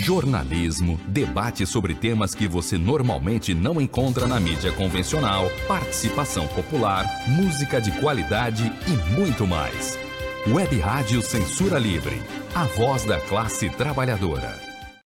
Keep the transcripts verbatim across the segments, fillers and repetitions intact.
jornalismo, debate sobre temas que você normalmente não encontra na mídia convencional, participação popular, música de qualidade e muito mais. Web Rádio Censura Livre, a voz da classe trabalhadora.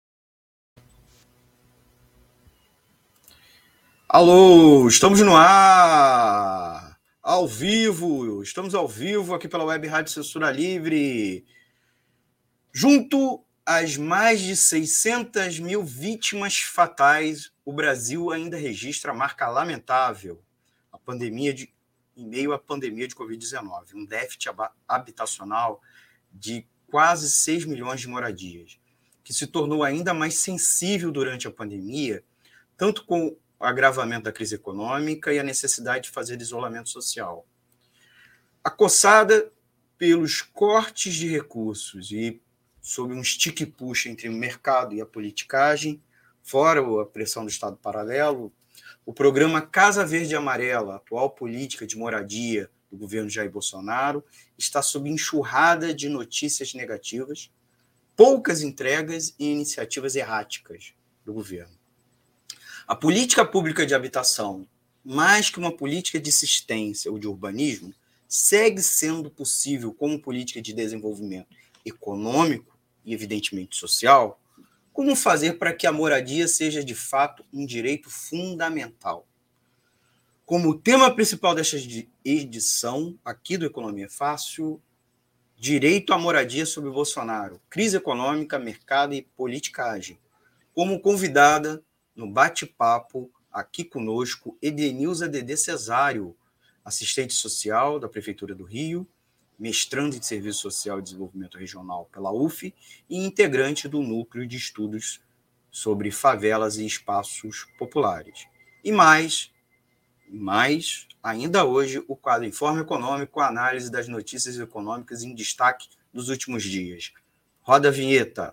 Alô, estamos no ar, ao vivo, estamos ao vivo aqui pela Web Rádio Censura Livre, junto às mais de seiscentas mil vítimas fatais, o Brasil ainda registra a marca lamentável, a pandemia de, em meio à pandemia de covid dezenove, um déficit habitacional de quase seis milhões de moradias, que se tornou ainda mais sensível durante a pandemia, tanto com o agravamento da crise econômica e a necessidade de fazer isolamento social. Acossada pelos cortes de recursos e sob um stick push entre o mercado e a politicagem, fora a pressão do Estado paralelo, o programa Casa Verde e Amarela, atual política de moradia do governo Jair Bolsonaro, está sob enxurrada de notícias negativas, poucas entregas e iniciativas erráticas do governo. A política pública de habitação, mais que uma política de assistência ou de urbanismo, segue sendo possível como política de desenvolvimento econômico e, evidentemente, social. Como fazer para que a moradia seja, de fato, um direito fundamental? Como tema principal desta edição, aqui do Economia Fácil, direito à moradia sob Bolsonaro, crise econômica, mercado e politicagem. Como convidada, no bate-papo, aqui conosco, Edenilza Dedê Cesário, assistente social da Prefeitura do Rio, mestrando em Serviço Social e Desenvolvimento Regional pela U F e integrante do Núcleo de Estudos sobre Favelas e Espaços Populares. E mais, mais ainda hoje, o quadro Informe Econômico, a análise das notícias econômicas em destaque dos últimos dias. Roda a vinheta.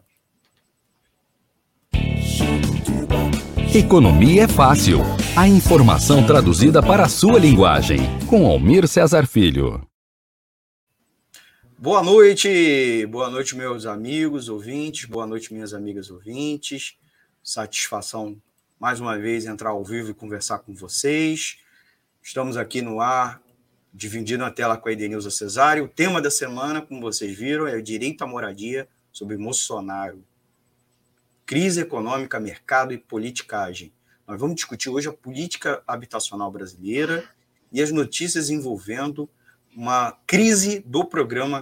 Economia é fácil. A informação traduzida para a sua linguagem. Com Almir Cesar Filho. Boa noite, boa noite, meus amigos ouvintes, boa noite, minhas amigas ouvintes. Satisfação, mais uma vez, entrar ao vivo e conversar com vocês. Estamos aqui no ar, dividindo a tela com a Edenilza Cesário. O tema da semana, como vocês viram, é o direito à moradia sob Bolsonaro. Crise econômica, mercado e politicagem. Nós vamos discutir hoje a política habitacional brasileira e as notícias envolvendo uma crise do programa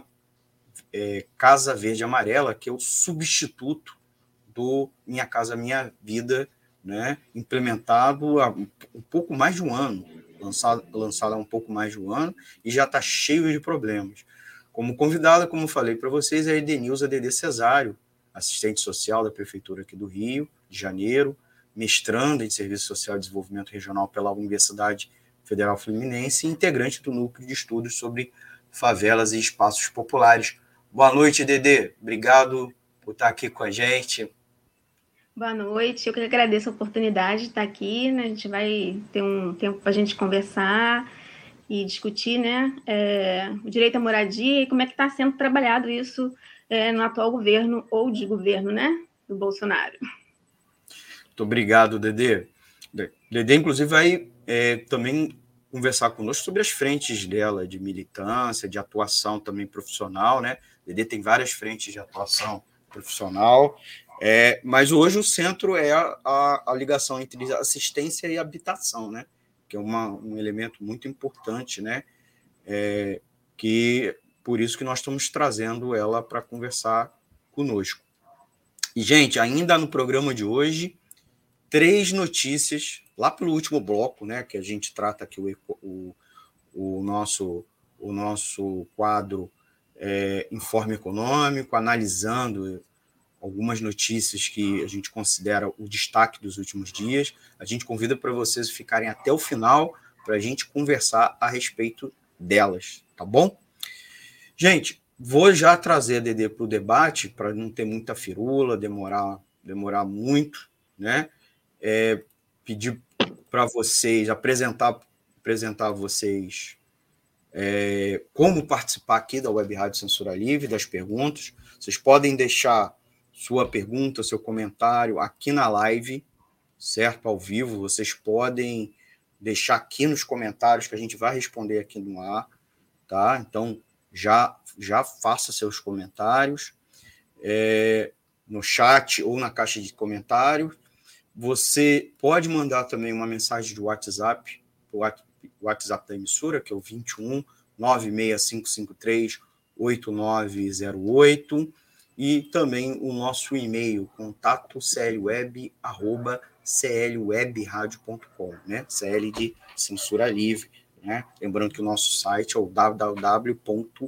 é, Casa Verde e Amarela, que é o substituto do Minha Casa Minha Vida, né, implementado há um pouco mais de um ano, lançado, lançado há um pouco mais de um ano, e já está cheio de problemas. Como convidada, como falei para vocês, é a Edenilza Dedê Cesário, assistente social da Prefeitura aqui do Rio de Janeiro, mestrando em Serviço Social e Desenvolvimento Regional pela Universidade Federal Fluminense e integrante do Núcleo de Estudos sobre Favelas e Espaços Populares. Boa noite, Dedê. Obrigado por estar aqui com a gente. Boa noite. Eu que agradeço a oportunidade de estar aqui, né? A gente vai ter um tempo para a gente conversar e discutir, né, é, o direito à moradia e como é que está sendo trabalhado isso é, no atual governo ou desgoverno, né, do Bolsonaro. Muito obrigado, Dedê. Dedê, inclusive, vai é, também conversar conosco sobre as frentes dela, de militância, de atuação também profissional, né? Dedê tem várias frentes de atuação profissional, é, mas hoje o centro é a, a, a ligação entre assistência e habitação, né? Que é uma, um elemento muito importante, né? É, que por isso que nós estamos trazendo ela para conversar conosco. E, gente, ainda no programa de hoje, três notícias, lá pelo último bloco, né, que a gente trata aqui o, o, o, nosso, o nosso quadro é, Informe Econômico, analisando algumas notícias que a gente considera o destaque dos últimos dias. A gente convida para vocês ficarem até o final para a gente conversar a respeito delas, tá bom? Gente, vou já trazer a Dedê para o debate, para não ter muita firula, demorar, demorar muito, né? É, pedir para vocês, apresentar, apresentar a vocês é, como participar aqui da Web Rádio Censura Livre, das perguntas. Vocês podem deixar sua pergunta, seu comentário aqui na live, certo? Ao vivo, vocês podem deixar aqui nos comentários que a gente vai responder aqui no ar, tá? Então, já, já faça seus comentários é, no chat ou na caixa de comentários. Você pode mandar também uma mensagem de WhatsApp, o WhatsApp da emissora, que é o vinte e um, nove seis cinco cinco três, oito nove zero oito, e também o nosso e-mail, contato clweb arroba clwebradio ponto com, né? C L de censura livre, né? Lembrando que o nosso site é o w w w ponto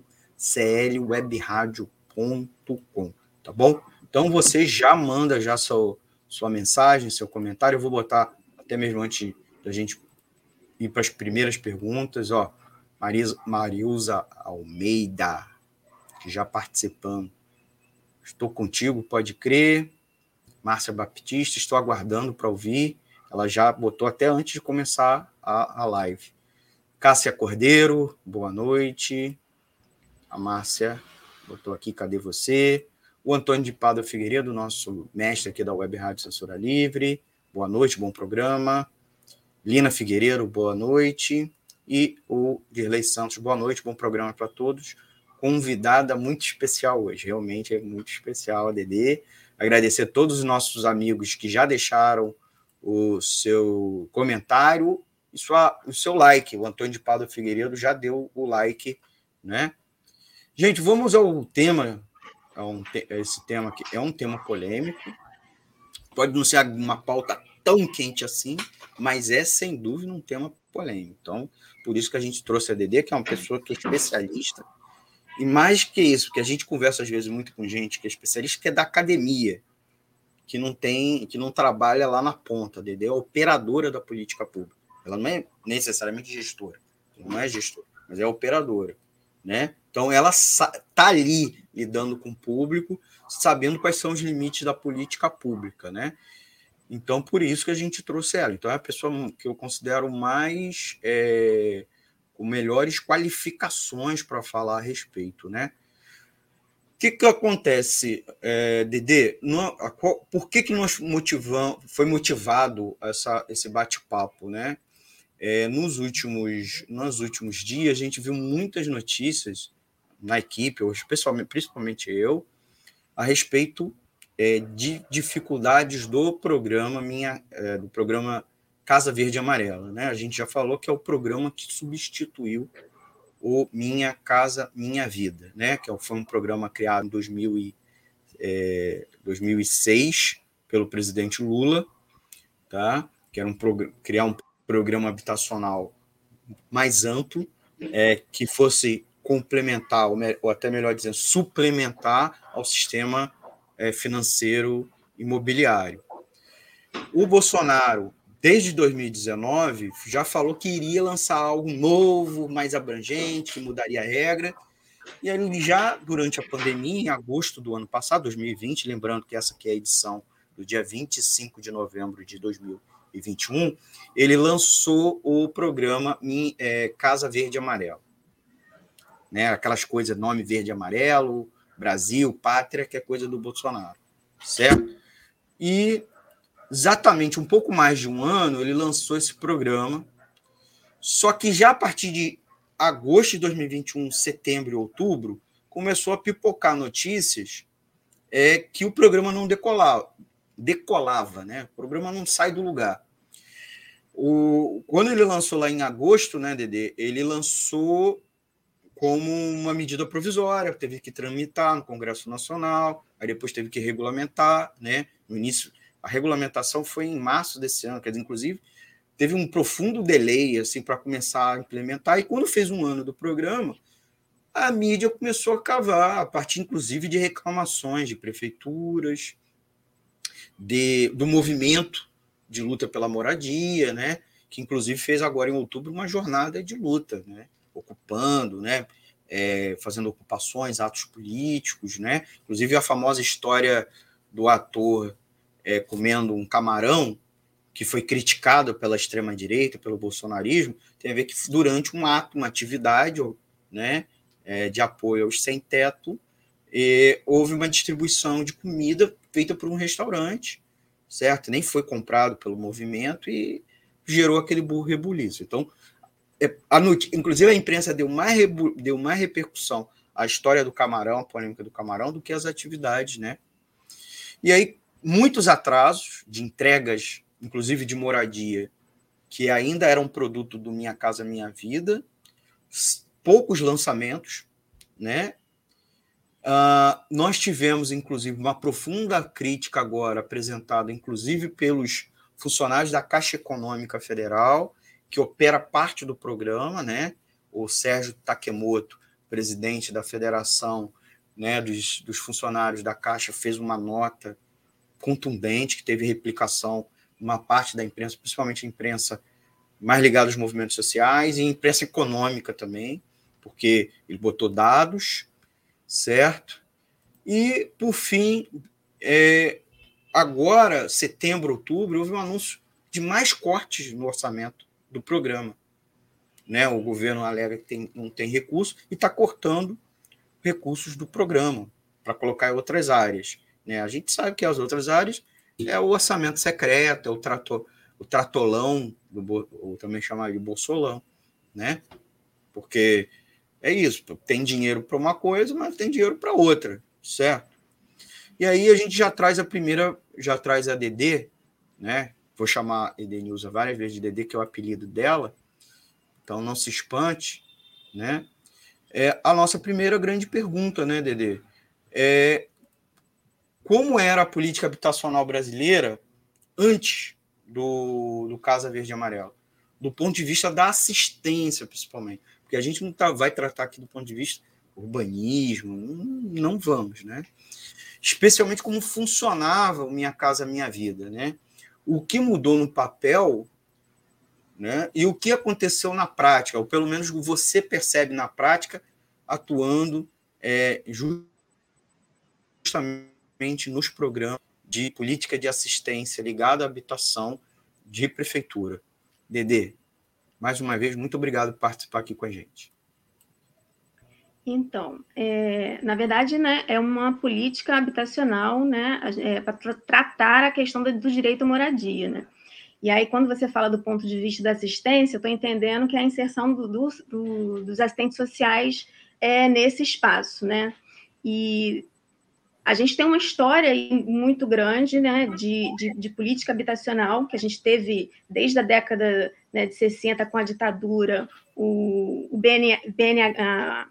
clwebradio ponto com, tá bom? Então você já manda já seu, sua mensagem, seu comentário. Eu vou botar até mesmo antes da gente ir para as primeiras perguntas, ó, Marisa, Marilza Almeida, que já participando. Estou contigo, pode crer. Márcia Baptista, estou aguardando para ouvir. Ela já botou até antes de começar a, a live. Cássia Cordeiro, boa noite. A Márcia botou aqui, cadê você? O Antônio de Pádua Figueiredo, nosso mestre aqui da Web Rádio Censura Livre. Boa noite, bom programa. Lina Figueiredo, boa noite. E o Dirley Santos, boa noite, bom programa para todos. Convidada muito especial hoje, realmente é muito especial a Dedê. Agradecer a todos os nossos amigos que já deixaram o seu comentário e sua, o seu like. O Antônio de Pádua Figueiredo já deu o like, né? Gente, vamos ao tema. É um, esse tema aqui é um tema polêmico. Pode não ser uma pauta tão quente assim, mas é, sem dúvida, um tema polêmico. Então, por isso que a gente trouxe a Dedê, que é uma pessoa que é especialista. E mais que isso, porque a gente conversa às vezes muito com gente que é especialista, que é da academia, que não tem, que não trabalha lá na ponta. A Dedê é operadora da política pública. Ela não é necessariamente gestora, não é gestora, mas é operadora, né? Então ela está ali lidando com o público, sabendo quais são os limites da política pública, né? Então por isso que a gente trouxe ela. Então é a pessoa que eu considero mais é, com melhores qualificações para falar a respeito, né? O que, que acontece, é, Dedê? No, a, qual, por que, que nós motivamos, foi motivado essa, esse bate-papo, né? É, nos, últimos, nos últimos dias, a gente viu muitas notícias na equipe, ou especialmente, principalmente eu, a respeito é, de dificuldades do programa, minha, é, do programa Casa Verde e Amarela, né? A gente já falou que é o programa que substituiu o Minha Casa Minha Vida, né? Que foi um programa criado em dois mil e, é, dois mil e seis pelo presidente Lula, tá? Que era um progr- criar um programa habitacional mais amplo, é, que fosse complementar, ou, me- ou até melhor dizendo, suplementar ao sistema é, financeiro imobiliário. O Bolsonaro, desde dois mil e dezenove, já falou que iria lançar algo novo, mais abrangente, que mudaria a regra. E ele já, durante a pandemia, em agosto do ano passado, dois mil e vinte, lembrando que essa aqui é a edição do dia vinte e cinco de novembro de dois mil e vinte e um, ele lançou o programa é, Casa Verde e Amarelo. Né? Aquelas coisas, nome verde e amarelo, Brasil, pátria, que é coisa do Bolsonaro. Certo? E exatamente um pouco mais de um ano, ele lançou esse programa, só que já a partir de agosto de dois mil e vinte e um, setembro e outubro, começou a pipocar notícias é, que o programa não decolava, decolava, né? O programa não sai do lugar. O, quando ele lançou lá em agosto, né, Dedê, ele lançou como uma medida provisória, teve que tramitar no Congresso Nacional, aí depois teve que regulamentar, né? No início, a regulamentação foi em março desse ano, quer dizer, inclusive, teve um profundo delay assim, para começar a implementar, e quando fez um ano do programa, a mídia começou a cavar, a partir, inclusive, de reclamações de prefeituras, de, do movimento de luta pela moradia, né? Que, inclusive, fez agora, em outubro, uma jornada de luta, né? Ocupando, né? É, fazendo ocupações, atos políticos, né? Inclusive, a famosa história do ator é, comendo um camarão, que foi criticado pela extrema-direita, pelo bolsonarismo, tem a ver que durante um ato, uma atividade, né, é, de apoio aos sem-teto, E houve uma distribuição de comida feita por um restaurante, certo? Nem foi comprado pelo movimento e gerou aquele rebuliço. Então, a not... inclusive a imprensa deu mais, rebu... deu mais repercussão à história do camarão, a polêmica do camarão, do que as atividades, né? E aí, muitos atrasos de entregas, inclusive de moradia, que ainda era um produto do Minha Casa Minha Vida, poucos lançamentos, né? Uh, nós tivemos, inclusive, uma profunda crítica agora apresentada, inclusive, pelos funcionários da Caixa Econômica Federal, que opera parte do programa, né? O Sérgio Takemoto, presidente da Federação, né, dos, dos funcionários da Caixa, fez uma nota contundente, que teve replicação em uma parte da imprensa, principalmente a imprensa mais ligada aos movimentos sociais, e imprensa econômica também, porque ele botou dados, certo? E, por fim, é, agora, setembro, outubro, houve um anúncio de mais cortes no orçamento do programa. Né? O governo alega que tem, não tem recurso e está cortando recursos do programa para colocar em outras áreas. Né? A gente sabe que as outras áreas é o orçamento secreto, é o, trato, o tratolão, do, ou também chamado de bolsolão, né? Porque é isso, tem dinheiro para uma coisa, mas tem dinheiro para outra, certo? E aí a gente já traz a primeira, já traz a Dedê, né? Vou chamar a Edenilza várias vezes de Dedê, que é o apelido dela, então não se espante, né? É a nossa primeira grande pergunta, né, Dedê? É, como era a política habitacional brasileira antes do, do Casa Verde e Amarelo? Do ponto de vista da assistência, principalmente. Porque a gente não tá, vai tratar aqui do ponto de vista urbanismo, não, não vamos, né? Especialmente como funcionava o Minha Casa Minha Vida, né? O que mudou no papel, né? E o que aconteceu na prática, ou pelo menos você percebe na prática, atuando é, justamente nos programas de política de assistência ligada à habitação de prefeitura. Dedê, mais uma vez, muito obrigado por participar aqui com a gente. Então, é, na verdade, né, é uma política habitacional, né, é, para tra tratar a questão do, do direito à moradia, né? E aí, quando você fala do ponto de vista da assistência, eu estou entendendo que é a inserção do, do, do, dos assistentes sociais é nesse espaço, né? E a gente tem uma história muito grande, né, de, de, de política habitacional, que a gente teve desde a década, né, de sessenta, com a ditadura, o, o B N, B N H,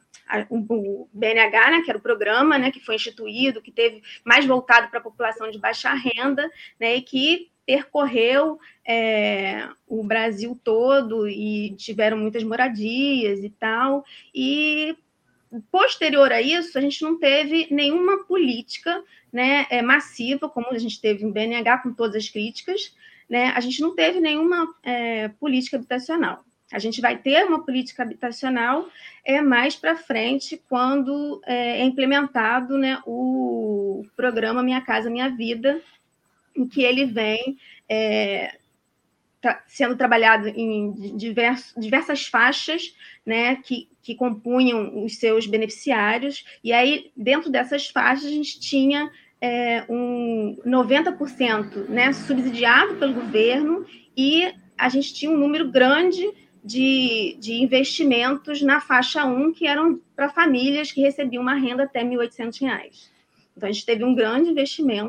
o B N H, né, que era o programa, né, que foi instituído, que teve mais voltado para a população de baixa renda, né, e que percorreu é, o Brasil todo e tiveram muitas moradias e tal, e posterior a isso, a gente não teve nenhuma política, né, é, massiva, como a gente teve no B N H, com todas as críticas, né, a gente não teve nenhuma é, política habitacional. A gente vai ter uma política habitacional é, mais para frente, quando é, é implementado, né, o programa Minha Casa Minha Vida, em que ele vem é, tra sendo trabalhado em diversos, diversas faixas, né, que, que compunham os seus beneficiários, e aí, dentro dessas faixas, a gente tinha é, um noventa por cento, né, subsidiado pelo governo, e a gente tinha um número grande de, de investimentos na faixa um, que eram para famílias que recebiam uma renda até mil e oitocentos reais. Então, a gente teve um grande investimento,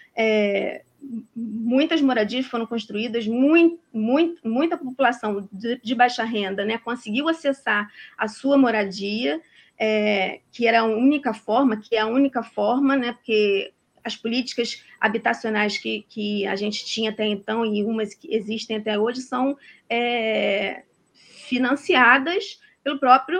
é, muitas moradias foram construídas, muito, muito, muita população de, de baixa renda, né, conseguiu acessar a sua moradia, é, que era a única forma, que é a única forma, né, porque as políticas habitacionais que, que a gente tinha até então e umas que existem até hoje são é, financiadas pelo próprio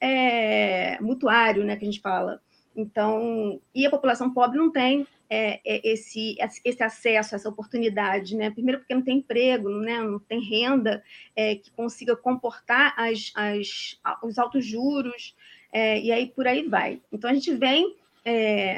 é, mutuário, né, que a gente fala. Então, e a população pobre não tem é, esse, esse acesso, essa oportunidade, né? Primeiro porque não tem emprego, né? Não tem renda é, que consiga comportar as, as, os altos juros, é, e aí por aí vai. Então, a gente vem é,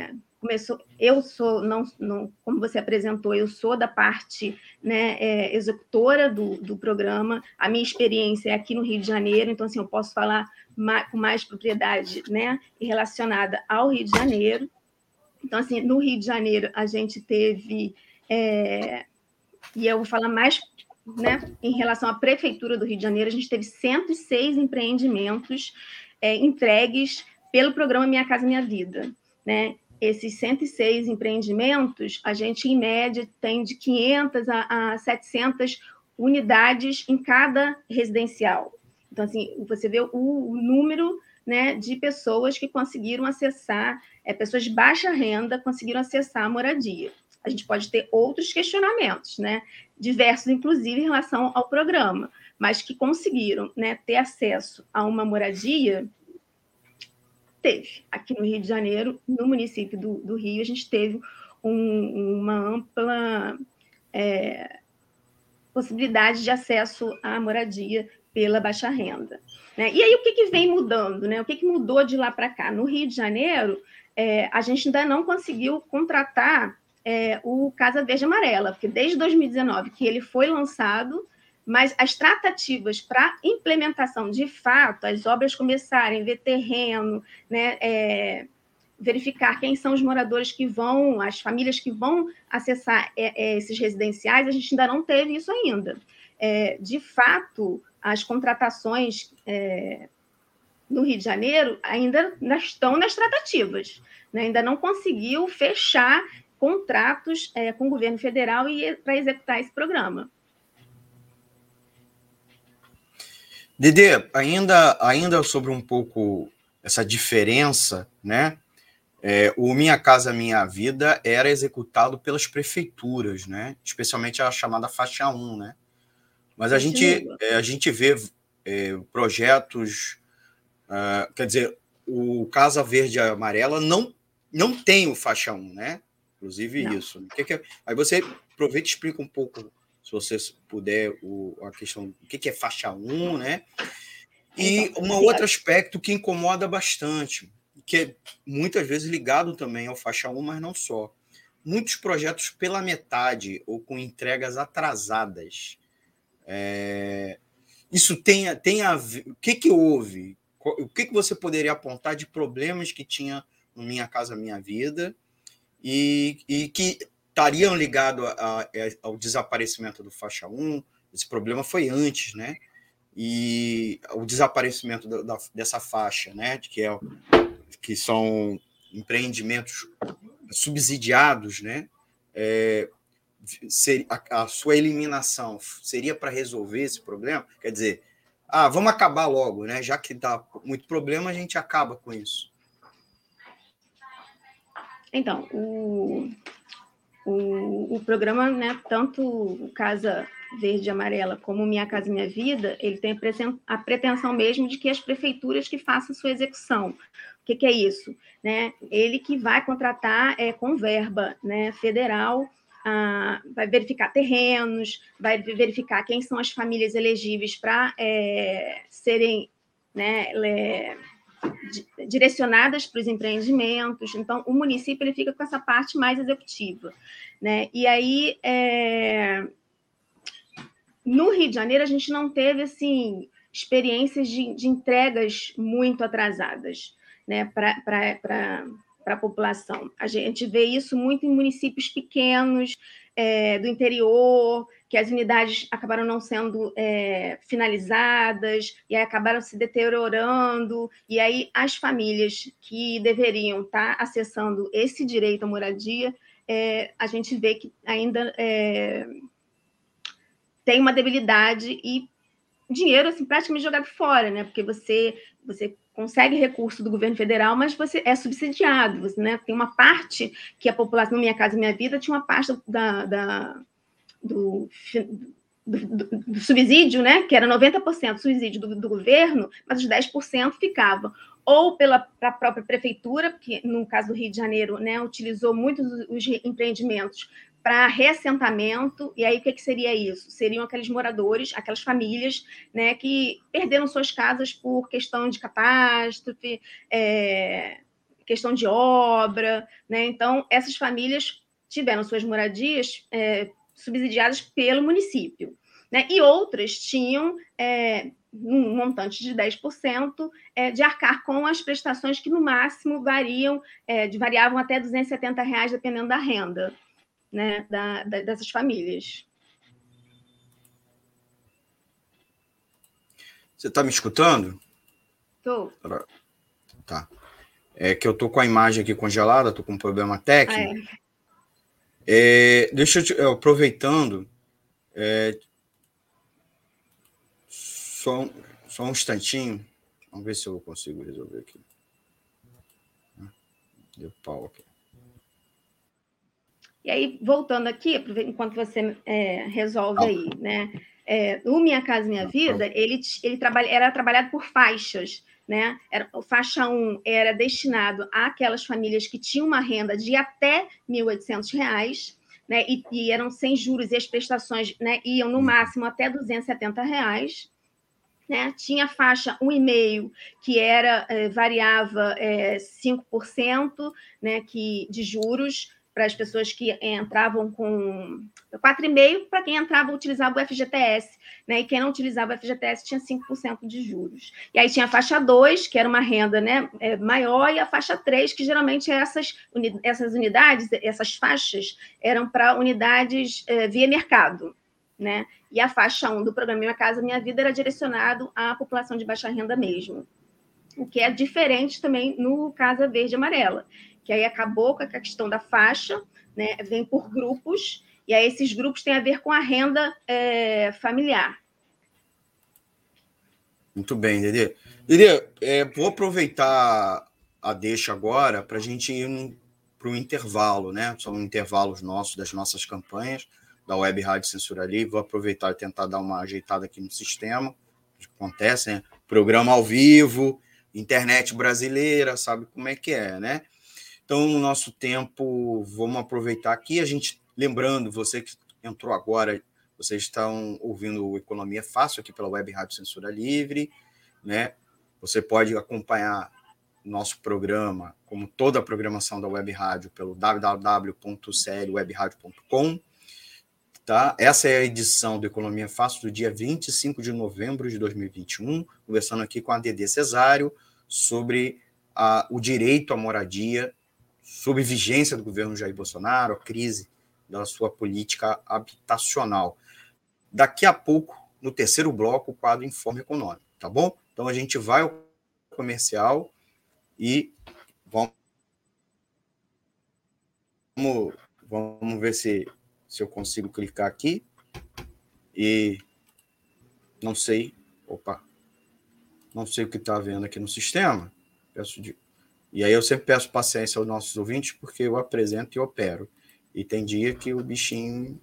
começou, eu sou, não, não, como você apresentou, eu sou da parte, né, é, executora do, do programa, a minha experiência é aqui no Rio de Janeiro, então, assim, eu posso falar mais, com mais propriedade, né, relacionada ao Rio de Janeiro. Então, assim, no Rio de Janeiro, a gente teve, é, e eu vou falar mais, né, em relação à Prefeitura do Rio de Janeiro, a gente teve cento e seis empreendimentos é, entregues pelo programa Minha Casa Minha Vida, né? Esses cento e seis empreendimentos, a gente, em média, tem de quinhentas a setecentas unidades em cada residencial. Então, assim, você vê o, o número, né, de pessoas que conseguiram acessar, é, pessoas de baixa renda conseguiram acessar a moradia. A gente pode ter outros questionamentos, né, diversos, inclusive, em relação ao programa, mas que conseguiram, né, ter acesso a uma moradia. Teve. Aqui no Rio de Janeiro, no município do, do Rio, a gente teve um, uma ampla é, possibilidade de acesso à moradia pela baixa renda. Né? E aí, o que, que vem mudando? Né? O que, que mudou de lá para cá? No Rio de Janeiro, é, a gente ainda não conseguiu contratar é, o Casa Verde Amarela, porque desde dois mil e dezenove que ele foi lançado, mas as tratativas para implementação, de fato, as obras começarem, ver terreno, né, é, verificar quem são os moradores que vão, as famílias que vão acessar é, é, esses residenciais, a gente ainda não teve isso ainda. É, de fato, as contratações é, no Rio de Janeiro ainda estão nas tratativas, né, ainda não conseguiu fechar contratos é, com o governo federal para executar esse programa. Dedê, ainda, ainda sobre um pouco essa diferença, né? É, o Minha Casa Minha Vida era executado pelas prefeituras, né? Especialmente a chamada faixa um, né? Mas a gente, é, a gente vê é, projetos, uh, quer dizer, o Casa Verde e Amarela não, não tem o faixa um, né? Inclusive não. Isso. O que que é? Aí você aproveita e explica um pouco, se você puder, o, a questão do que, que é faixa um, né? E então, um outro aspecto que incomoda bastante, que é muitas vezes ligado também ao faixa um, mas não só. Muitos projetos pela metade ou com entregas atrasadas. É... Isso tem, tem a ver... O que, que houve? O que, que você poderia apontar de problemas que tinha no Minha Casa Minha Vida e, e que estariam ligados ao desaparecimento do faixa um? Esse problema foi antes, né? E o desaparecimento da, da, dessa faixa, né? Que, é, que são empreendimentos subsidiados, né? É, ser, a, a sua eliminação seria para resolver esse problema? Quer dizer, ah, vamos acabar logo, né? Já que dá muito problema, a gente acaba com isso. Então, o, o, o programa, né, tanto o Casa Verde e Amarela como Minha Casa Minha Vida, ele tem a pretensão mesmo de que as prefeituras que façam sua execução. O que, que é isso? Né? Ele que vai contratar é, com verba, né, federal, ah, vai verificar terrenos, vai verificar quem são as famílias elegíveis para é, serem, né, é, direcionadas para os empreendimentos. Então, o município ele fica com essa parte mais executiva. Né? E aí, é... no Rio de Janeiro, a gente não teve assim, experiências de, de entregas muito atrasadas, né, para a população. A gente vê isso muito em municípios pequenos, é, do interior, que as unidades acabaram não sendo é, finalizadas, e aí acabaram se deteriorando, e aí as famílias que deveriam estar acessando esse direito à moradia, é, a gente vê que ainda é, tem uma debilidade e dinheiro assim, praticamente jogado fora, né? Porque você, você consegue recurso do governo federal, mas você é subsidiado, você, né? Tem uma parte que a população, Minha Casa Minha Vida, tinha uma parte da, da, do, do, do, do subsídio, né? Que era noventa por cento subsídio do, do governo, mas os dez por cento ficava ou pela a própria prefeitura, que no caso do Rio de Janeiro, né, utilizou muitos os empreendimentos para reassentamento, e aí o que, que seria isso? Seriam aqueles moradores, aquelas famílias, né, que perderam suas casas por questão de catástrofe, é, questão de obra, né? Então, essas famílias tiveram suas moradias é, subsidiadas pelo município, né? E outras tinham é, um montante de dez por cento é, de arcar com as prestações que, no máximo, variam, é, de, variavam até duzentos e setenta reais, dependendo da renda, né, da, da, dessas famílias. Você está me escutando? Estou. Tá. É que eu estou com a imagem aqui congelada, estou com um problema técnico. Ah, é? É, deixa eu te, aproveitando, é, só, um, só um instantinho, vamos ver se eu consigo resolver aqui. Deu pau aqui. E aí, voltando aqui, enquanto você é, resolve ah. aí, né? É, o Minha Casa Minha Vida, ele, ele trabalha, era trabalhado por faixas, né? Era, o faixa um era destinado àquelas famílias que tinham uma renda de até mil e oitocentos reais, né? E, e eram sem juros, e as prestações, né, iam no máximo até duzentos e setenta reais. Né? Tinha a faixa um vírgula cinco, que era, eh, variava eh, cinco por cento, né, que, de juros para as pessoas que entravam com quatro vírgula cinco por cento para quem entrava utilizava o F G T S, né? E quem não utilizava o F G T S tinha cinco por cento de juros. E aí tinha a faixa dois, que era uma renda, né, maior, e a faixa três, que geralmente essas, essas unidades, essas faixas, eram para unidades eh, via mercado. Né? E a faixa um do programa Minha Casa Minha Vida era direcionado à população de baixa renda mesmo, o que é diferente também no Casa Verde e Amarela, que aí acabou com a questão da faixa, né? Vem por grupos, e aí esses grupos têm a ver com a renda é, familiar. Muito bem, Dedê. Dedê, é, vou aproveitar a deixa agora para a gente ir para o intervalo, né? São intervalos nossos, das nossas campanhas, da Web Rádio Censura Livre. Vou aproveitar e tentar dar uma ajeitada aqui no sistema, que acontece, né? Programa ao vivo, internet brasileira, sabe como é que é, né? Então, no nosso tempo, vamos aproveitar aqui, a gente, lembrando, você que entrou agora, vocês estão ouvindo o Economia Fácil aqui pela Web Rádio Censura Livre, né? Você pode acompanhar nosso programa, como toda a programação da Web Rádio, pelo w w w ponto c l web radio ponto com. Tá? Essa é a edição do Economia Fácil do dia vinte e cinco de novembro de dois mil e vinte e um, conversando aqui com a Dedê Cesário sobre a, o direito à moradia, sob vigência do governo Jair Bolsonaro, a crise da sua política habitacional. Daqui a pouco, no terceiro bloco, o quadro Informe Econômico, tá bom? Então a gente vai ao comercial e vamos, vamos ver se se eu consigo clicar aqui, e não sei, opa, não sei o que está havendo aqui no sistema, peço de, e aí eu sempre peço paciência aos nossos ouvintes, porque eu apresento e opero, e tem dia que o bichinho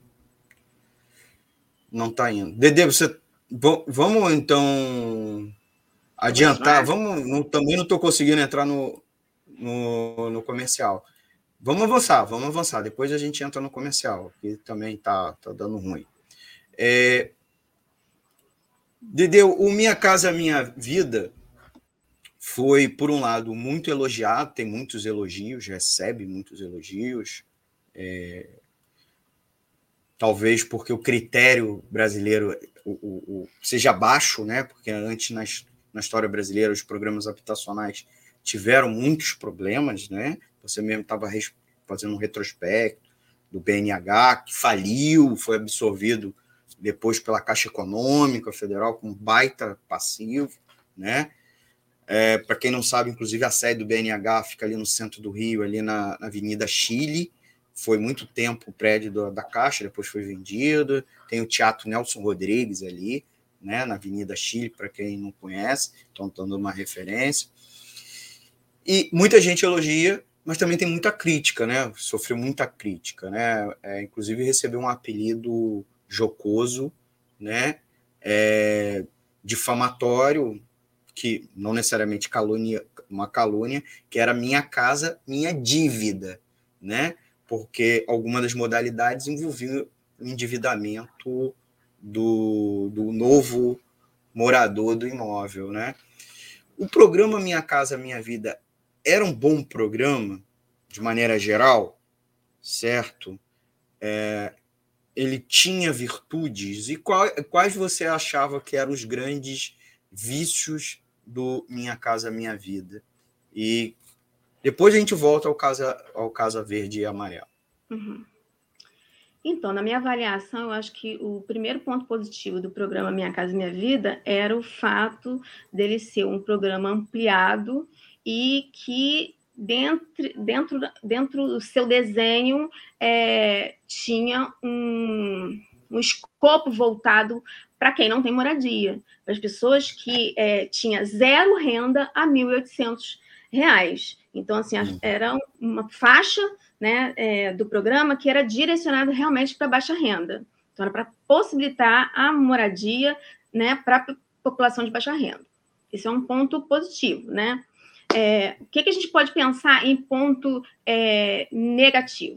não está indo. Dedê, você, vamos então adiantar, vamos, não, também não estou conseguindo entrar no, no, no comercial. Vamos avançar, vamos avançar. Depois a gente entra no comercial, que também está tá dando ruim. É... Dedê, o Minha Casa Minha Vida foi, por um lado, muito elogiado, tem muitos elogios, recebe muitos elogios. É... Talvez porque o critério brasileiro o, o, o, seja baixo, né? Porque antes, na, na história brasileira, os programas habitacionais tiveram muitos problemas, né? Você mesmo estava fazendo um retrospecto do B N H, que faliu, foi absorvido depois pela Caixa Econômica Federal com baita passivo, né? É, para quem não sabe, inclusive, a sede do B N H fica ali no centro do Rio, ali na, na Avenida Chile. Foi muito tempo o prédio do, da Caixa, depois foi vendido. Tem o Teatro Nelson Rodrigues ali, né, na Avenida Chile, para quem não conhece, então estou dando uma referência. E muita gente elogia, mas também tem muita crítica, né? Sofreu muita crítica, né? É, inclusive recebeu um apelido jocoso, né? É, difamatório, que não necessariamente calúnia, uma calúnia, que era Minha Casa Minha Dívida, né? Porque algumas das modalidades envolviam o endividamento do, do novo morador do imóvel, né? O programa Minha Casa Minha Vida era um bom programa, de maneira geral, certo? É, ele tinha virtudes, e qual, quais você achava que eram os grandes vícios do Minha Casa Minha Vida? E depois a gente volta ao Casa, ao Casa Verde e Amarelo. Uhum. Então, na minha avaliação, eu acho que o primeiro ponto positivo do programa Minha Casa Minha Vida era o fato dele ser um programa ampliado e que dentro, dentro, dentro do seu desenho é, tinha um, um escopo voltado para quem não tem moradia, para as pessoas que é, tinham zero renda a mil e oitocentos reais. Então, assim, era uma faixa, né, é, do programa que era direcionado realmente para baixa renda. Então, era para possibilitar a moradia, né, para a população de baixa renda. Esse é um ponto positivo, né? É, o que, que a gente pode pensar em ponto é, negativo?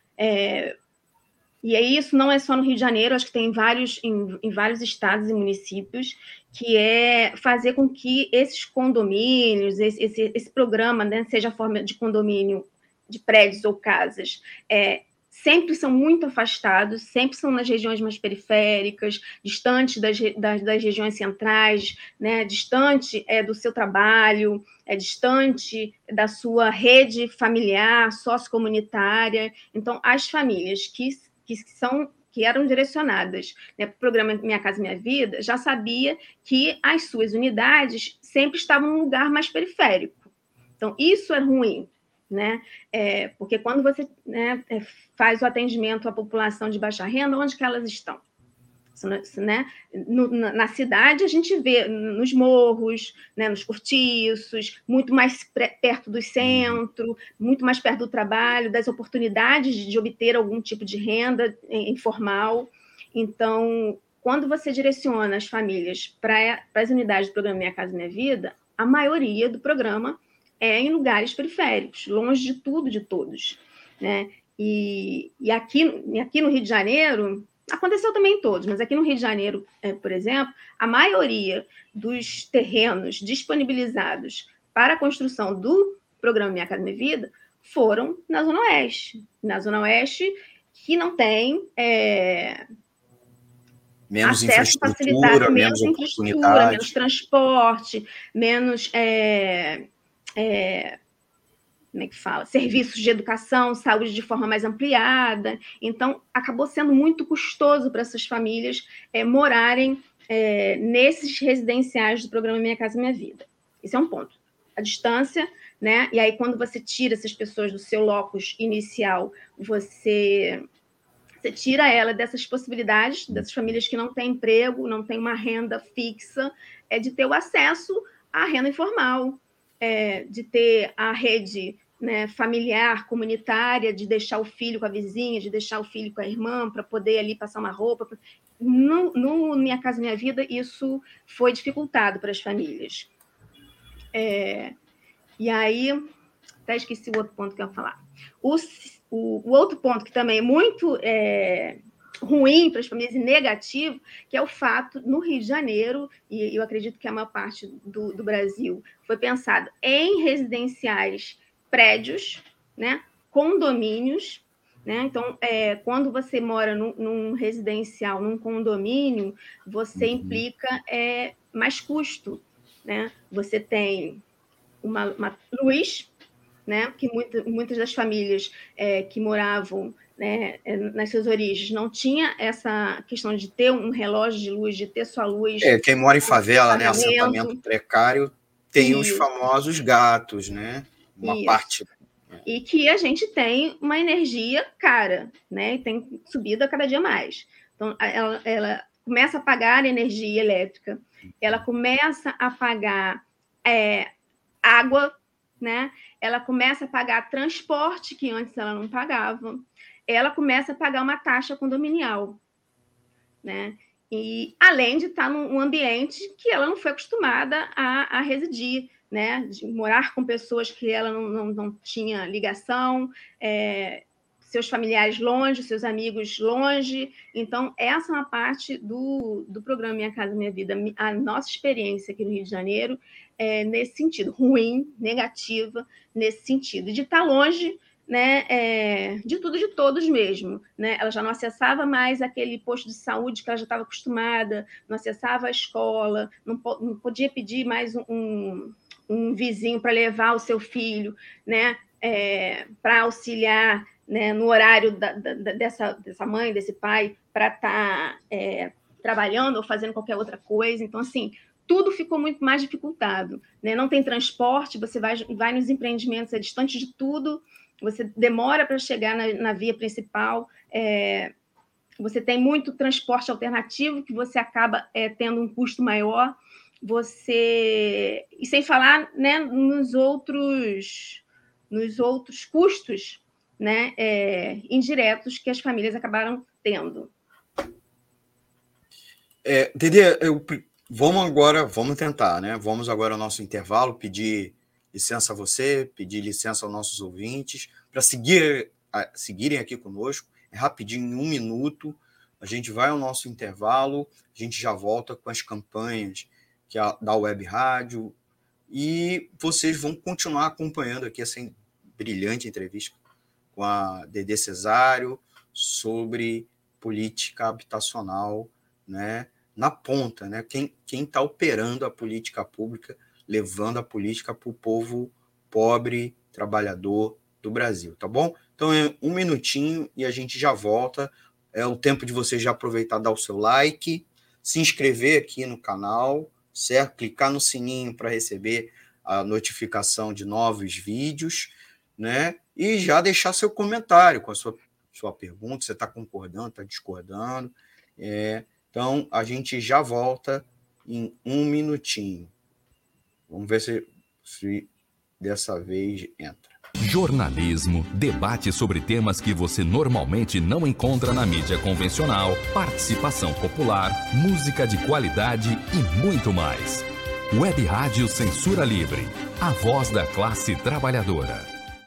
É, e aí isso não é só no Rio de Janeiro, acho que tem em vários, em, em vários estados e municípios, que é fazer com que esses condomínios, esse, esse, esse programa, né, seja a forma de condomínio de prédios ou casas, é, sempre são muito afastados, sempre são nas regiões mais periféricas, distantes das, das, das regiões centrais, né, distante é, do seu trabalho, é distante da sua rede familiar, sociocomunitária. Então, as famílias que, que, são, que eram direcionadas, né, para o programa Minha Casa Minha Vida, já sabia que as suas unidades sempre estavam num lugar mais periférico. Então, isso é ruim, né? É, porque quando você, né, faz o atendimento à população de baixa renda, onde que elas estão? Né? No, na, na cidade, a gente vê nos morros, né, nos cortiços, muito mais perto do centro, muito mais perto do trabalho, das oportunidades de, de obter algum tipo de renda informal. Então, quando você direciona as famílias para as unidades do programa Minha Casa Minha Vida, a maioria do programa é em lugares periféricos, longe de tudo, de todos, né? E, e aqui, aqui no Rio de Janeiro, aconteceu também em todos, mas aqui no Rio de Janeiro, é, por exemplo, a maioria dos terrenos disponibilizados para a construção do programa Minha Casa Minha Vida foram na Zona Oeste. Na Zona Oeste, que não tem... É, menos acesso facilitado, menos infraestrutura, menos transporte, menos... É, É, como é que fala? Serviços de educação, saúde de forma mais ampliada. Então, acabou sendo muito custoso para essas famílias é, morarem é, nesses residenciais do programa Minha Casa Minha Vida. Esse é um ponto. A distância, né? E aí, quando você tira essas pessoas do seu locus inicial, você, você tira ela dessas possibilidades, dessas famílias que não têm emprego, não têm uma renda fixa, é de ter o acesso à renda informal, É, de ter a rede, né, familiar, comunitária, de deixar o filho com a vizinha, de deixar o filho com a irmã, para poder ali passar uma roupa. No, no Minha Casa Minha Vida, isso foi dificultado para as famílias. É, e aí, até esqueci o outro ponto que eu ia falar. O, o, o outro ponto que também é muito... É, ruim para as famílias e negativo, que é o fato, no Rio de Janeiro, e eu acredito que a maior parte do, do Brasil foi pensado em residenciais, prédios, né, condomínios, né? Então, é, quando você mora num, num residencial, num condomínio, você uhum. implica é, mais custo, né? Você tem uma, uma luz, né, que muita, muitas das famílias é, que moravam, né, nas suas origens, não tinha essa questão de ter um relógio de luz, de ter sua luz. É, quem mora em favela, né, assentamento precário, tem Isso. os famosos gatos, né? Uma Isso. parte. E que a gente tem uma energia cara, né? E tem subido a cada dia mais. Então, ela, ela começa a pagar energia elétrica, ela começa a pagar é, água, né? Ela começa a pagar transporte, que antes ela não pagava. Ela começa a pagar uma taxa condominial, né? E além de estar num ambiente que ela não foi acostumada a, a residir, né? De morar com pessoas que ela não, não, não tinha ligação, é, seus familiares longe, seus amigos longe. Então, essa é uma parte do, do programa Minha Casa Minha Vida. A nossa experiência aqui no Rio de Janeiro é nesse sentido, ruim, negativa, nesse sentido, de estar longe, né, é, de tudo, de todos mesmo. Né? Ela já não acessava mais aquele posto de saúde que ela já estava acostumada, não acessava a escola, não, não podia pedir mais um, um, um vizinho para levar o seu filho, né, é, para auxiliar, né, no horário da, da, dessa, dessa mãe, desse pai, para estar tá, é, trabalhando ou fazendo qualquer outra coisa. Então, assim, tudo ficou muito mais dificultado. Né? Não tem transporte, você vai, vai nos empreendimentos, é distante de tudo, você demora para chegar na, na via principal, é, você tem muito transporte alternativo, que você acaba é, tendo um custo maior, você... E sem falar, né, nos outros, nos outros custos, né, é, indiretos que as famílias acabaram tendo. É, Dedê, eu, vamos agora, vamos tentar, né? Vamos agora ao nosso intervalo, pedir licença a você, pedir licença aos nossos ouvintes, para seguir, seguirem aqui conosco. É rapidinho, em um minuto, a gente vai ao nosso intervalo, a gente já volta com as campanhas que a, da Web Rádio, e vocês vão continuar acompanhando aqui essa brilhante entrevista com a Dedê Cesário sobre política habitacional, né, na ponta, né? Quem está operando a política pública, levando a política para o povo pobre, trabalhador do Brasil, tá bom? Então é um minutinho e a gente já volta. É o tempo de você já aproveitar, dar o seu like, se inscrever aqui no canal, certo? Clicar no sininho para receber a notificação de novos vídeos, né? E já deixar seu comentário com a sua, sua pergunta, você está concordando, está discordando. É, então, a gente já volta em um minutinho. Vamos ver se, se dessa vez entra. Jornalismo, debate sobre temas que você normalmente não encontra na mídia convencional, participação popular, música de qualidade e muito mais. Web Rádio Censura Livre, a voz da classe trabalhadora.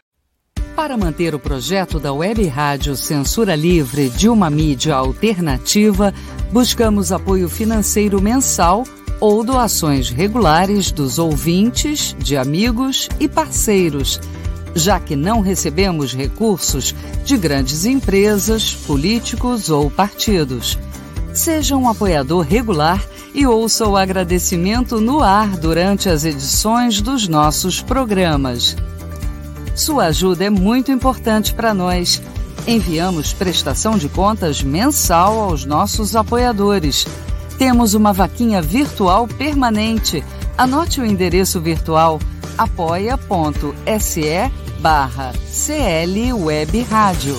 Para manter o projeto da Web Rádio Censura Livre de uma mídia alternativa, buscamos apoio financeiro mensal ou doações regulares dos ouvintes, de amigos e parceiros, já que não recebemos recursos de grandes empresas, políticos ou partidos. Seja um apoiador regular e ouça o agradecimento no ar durante as edições dos nossos programas. Sua ajuda é muito importante para nós. Enviamos prestação de contas mensal aos nossos apoiadores. Temos uma vaquinha virtual permanente. Anote o endereço virtual apoia.se barra CL Web Rádio.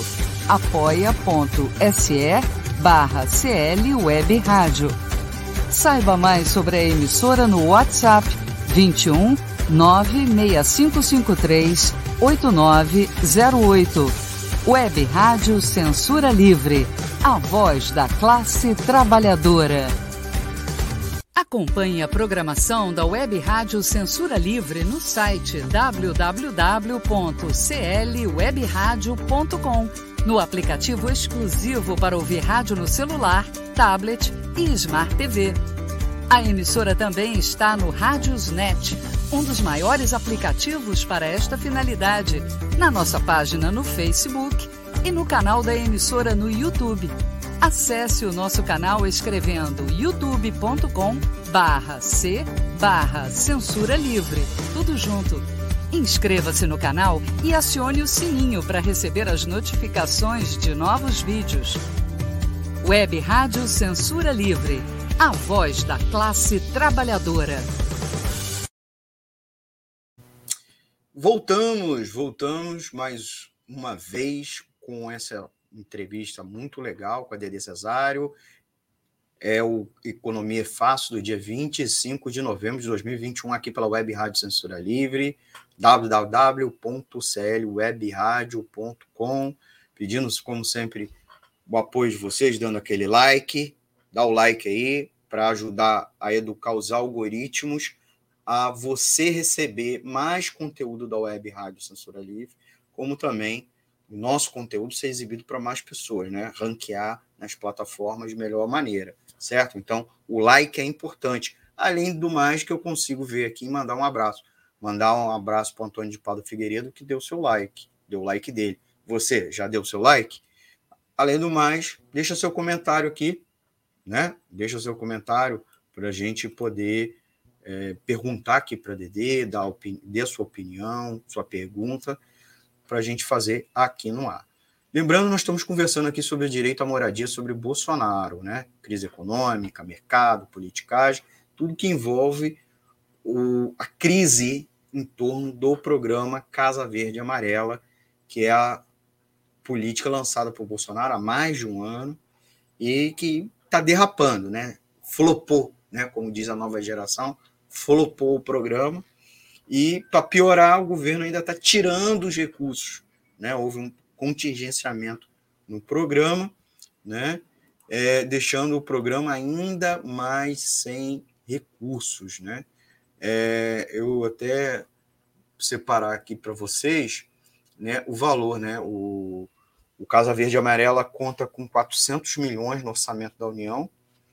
apoia.se barra CL Web Rádio. Saiba mais sobre a emissora no WhatsApp vinte e um, nove seis cinco cinco três, oito nove zero oito. Web Rádio Censura Livre, a voz da classe trabalhadora. Acompanhe a programação da Web Rádio Censura Livre no site w w w ponto c l web radio ponto com, no aplicativo exclusivo para ouvir rádio no celular, tablet e Smart T V. A emissora também está no Radiosnet, um dos maiores aplicativos para esta finalidade, na nossa página no Facebook e no canal da emissora no YouTube. Acesse o nosso canal escrevendo youtube ponto com barra c barra censura livre, tudo junto. Inscreva-se no canal e acione o sininho para receber as notificações de novos vídeos. Web Rádio Censura Livre, a voz da classe trabalhadora. Voltamos, voltamos mais uma vez com essa entrevista muito legal com a Dedê Cesário. É o Economia Fácil do dia vinte e cinco de novembro de dois mil e vinte e um, aqui pela Web Rádio Censura Livre, w w w ponto c l web radio ponto com. Pedindo, como sempre, o apoio de vocês, dando aquele like, dá o like aí, para ajudar a educar os algoritmos a você receber mais conteúdo da Web Rádio Censura Livre, como também o nosso conteúdo ser exibido para mais pessoas, né? Ranquear nas plataformas de melhor maneira, certo? Então, o like é importante. Além do mais que eu consigo ver aqui e mandar um abraço. Mandar um abraço para o Antônio de Pádua Figueiredo, que deu seu like, deu o like dele. Você já deu seu like? Além do mais, deixa seu comentário aqui, né? Deixa seu comentário para a gente poder é, perguntar aqui para a Dedê, dar opini- dê sua opinião, sua pergunta, para a gente fazer aqui no ar. Lembrando, nós estamos conversando aqui sobre o direito à moradia, sobre Bolsonaro, né? Crise econômica, mercado, politicagem, tudo que envolve o, a crise em torno do programa Casa Verde e Amarela, que é a política lançada por Bolsonaro há mais de um ano e que está derrapando, né? Flopou, né? Como diz a nova geração, flopou o programa e, para piorar, o governo ainda está tirando os recursos, né? Houve um contingenciamento no programa, né? É, deixando o programa ainda mais sem recursos, né? É, eu até separar aqui para vocês, né, o valor, né? O, o Casa Verde e Amarela conta com quatrocentos milhões no orçamento da União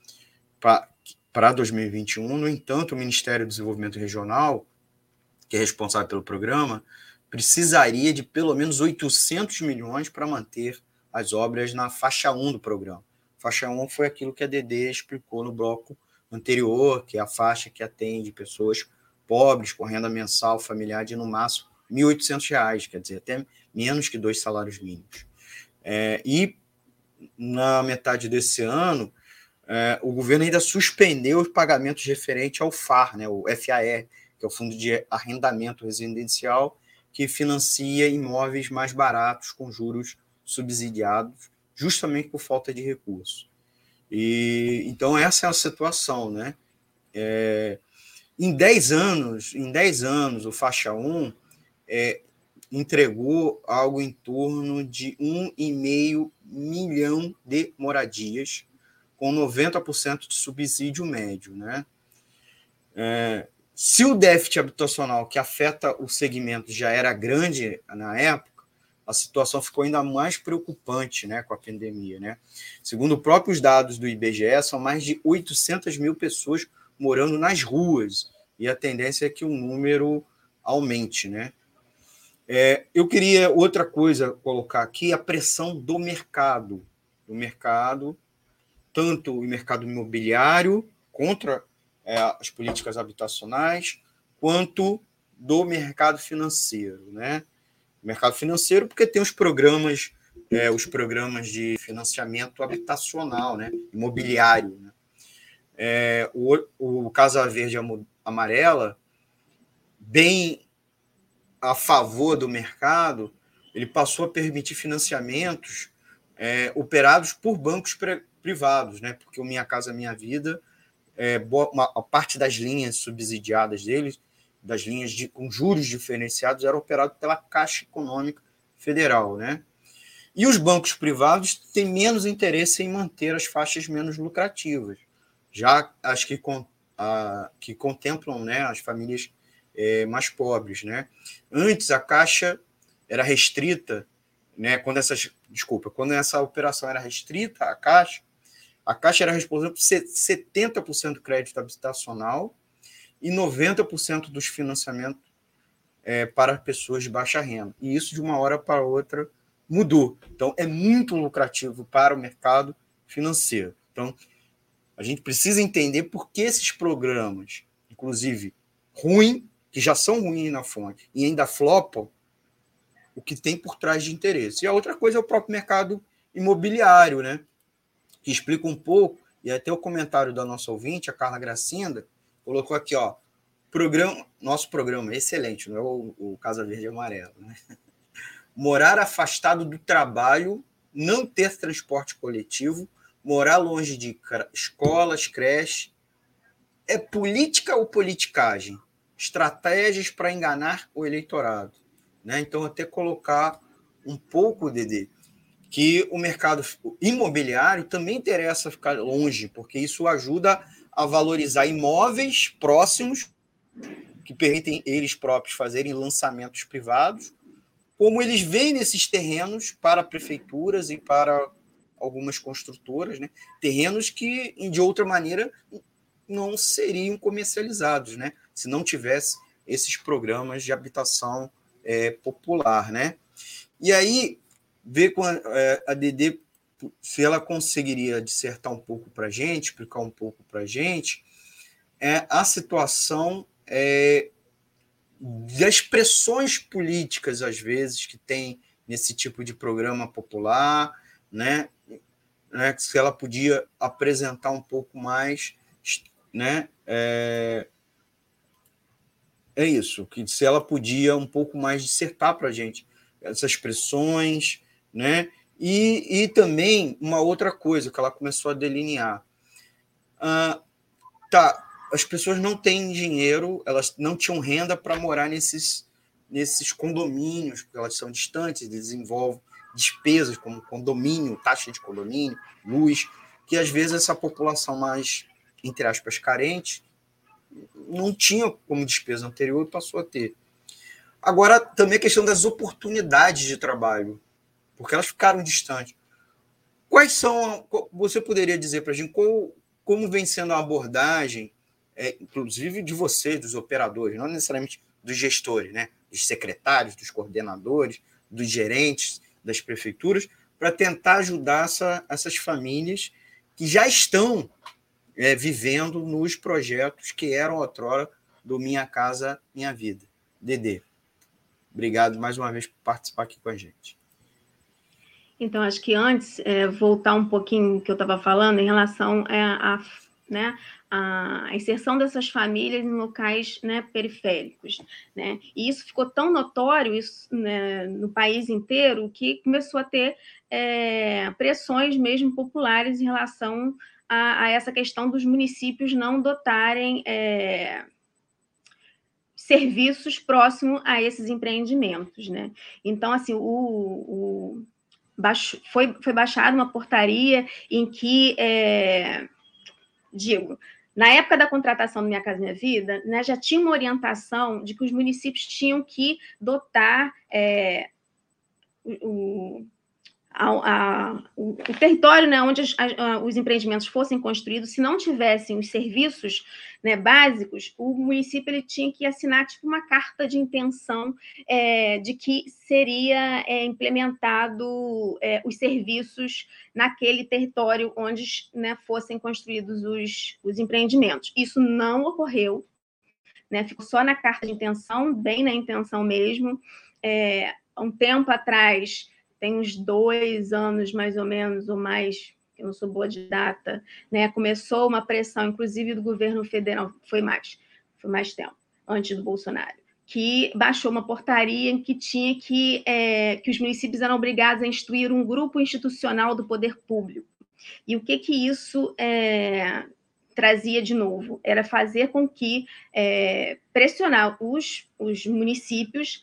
para dois mil e vinte e um. No entanto, o Ministério do Desenvolvimento Regional, que é responsável pelo programa, precisaria de pelo menos oitocentos milhões para manter as obras na faixa um do programa. Faixa um foi aquilo que a Dedê explicou no bloco anterior, que é a faixa que atende pessoas pobres com renda mensal familiar de no máximo mil e oitocentos reais, quer dizer, até menos que dois salários mínimos. É, e na metade desse ano, é, o governo ainda suspendeu os pagamentos referentes ao F A R, né, o F A R, que é o Fundo de Arrendamento Residencial, que financia imóveis mais baratos com juros subsidiados, justamente por falta de recursos. E, então, essa é a situação, né? É, em dez anos, em dez anos, o Faixa um é, entregou algo em torno de um vírgula cinco milhão de moradias, com noventa por cento de subsídio médio, né? É, se o déficit habitacional que afeta o segmento já era grande na época, a situação ficou ainda mais preocupante, né, com a pandemia, né? Segundo próprios dados do I B G E, são mais de oitocentas mil pessoas morando nas ruas, e a tendência é que o número aumente, né? É, eu queria outra coisa colocar aqui, a pressão do mercado, do mercado, tanto o mercado imobiliário contra é, as políticas habitacionais, quanto do mercado financeiro, né? Mercado financeiro, porque tem os programas, é, os programas de financiamento habitacional, né? Imobiliário, né? É, o, o Casa Verde e Amarela, bem a favor do mercado, ele passou a permitir financiamentos é, operados por bancos privados, né? Porque o Minha Casa Minha Vida, é, uma, a parte das linhas subsidiadas deles, das linhas de, com juros diferenciados, era operado pela Caixa Econômica Federal, né? E os bancos privados têm menos interesse em manter as faixas menos lucrativas, já as que, a, que contemplam, né, as famílias é, mais pobres, né? Antes, a Caixa era restrita, né, quando essas, desculpa, quando essa operação era restrita à Caixa, a Caixa era responsável por setenta por cento do crédito habitacional e noventa por cento dos financiamentos é, para pessoas de baixa renda. E isso, de uma hora para outra, mudou. Então, é muito lucrativo para o mercado financeiro. Então, a gente precisa entender por que esses programas, inclusive ruins, que já são ruins na fonte, e ainda flopam, o que tem por trás de interesse. E a outra coisa é o próprio mercado imobiliário, né? Que explica um pouco, e até o comentário da nossa ouvinte, a Carla Gracinda, colocou aqui, ó, programa, nosso programa é excelente, não é o, o Casa Verde e Amarelo, né? Morar afastado do trabalho, não ter transporte coletivo, morar longe de escolas, creches, é política ou politicagem? Estratégias para enganar o eleitorado, né? Então, até colocar um pouco, Dedê, que o mercado imobiliário também interessa ficar longe, porque isso ajuda a valorizar imóveis próximos, que permitem eles próprios fazerem lançamentos privados, como eles veem esses terrenos para prefeituras e para algumas construtoras, né? Terrenos que, de outra maneira, não seriam comercializados, né? Se não tivesse esses programas de habitação é, popular, né? E aí, ver com a, a Dedê, se ela conseguiria dissertar um pouco para a gente, explicar um pouco para a gente, é, a situação é, das pressões políticas, às vezes, que tem nesse tipo de programa popular, né? Né? Se ela podia apresentar um pouco mais, né? É, é isso, que se ela podia um pouco mais dissertar para a gente essas pressões, né? E, e também uma outra coisa que ela começou a delinear. Ah, tá, as pessoas não têm dinheiro, elas não tinham renda para morar nesses, nesses condomínios, porque elas são distantes, desenvolvem despesas como condomínio, taxa de condomínio, luz, que às vezes essa população mais, entre aspas, carente, não tinha como despesa anterior e passou a ter. Agora, também a questão das oportunidades de trabalho, porque elas ficaram distantes. Quais são, você poderia dizer para a gente qual, como vem sendo a abordagem, é, inclusive de vocês, dos operadores, não necessariamente dos gestores, né? Dos secretários, dos coordenadores, dos gerentes das prefeituras, para tentar ajudar essa, essas famílias que já estão é, vivendo nos projetos que eram outrora do Minha Casa Minha Vida. Dedê, obrigado mais uma vez por participar aqui com a gente. Então, acho que antes, é, voltar um pouquinho que eu estava falando em relação a, a, né, a inserção dessas famílias em locais, né, periféricos, né? E isso ficou tão notório isso, né, no país inteiro que começou a ter é, pressões mesmo populares em relação a, a essa questão dos municípios não dotarem é, serviços próximos a esses empreendimentos, né? Então, assim, o, o Baixo, foi, foi baixada uma portaria em que, é, digo, na época da contratação do Minha Casa Minha Vida, né, já tinha uma orientação de que os municípios tinham que dotar é, o, a, a, o, o território, né, onde as, a, os empreendimentos fossem construídos, se não tivessem os serviços, né, básicos, o município ele tinha que assinar tipo uma carta de intenção é, de que seria é, implementado é, os serviços naquele território onde, né, fossem construídos os, os empreendimentos. Isso não ocorreu, né, ficou só na carta de intenção, bem na intenção mesmo. É, há um tempo atrás, tem uns dois anos mais ou menos, ou mais, eu não sou boa de data, né? Começou uma pressão, inclusive do governo federal, foi mais, foi mais tempo, antes do Bolsonaro, que baixou uma portaria em que tinha que, é, que os municípios eram obrigados a instituir um grupo institucional do poder público. E o que que isso é, trazia de novo? Era fazer com que, é, pressionar os, os municípios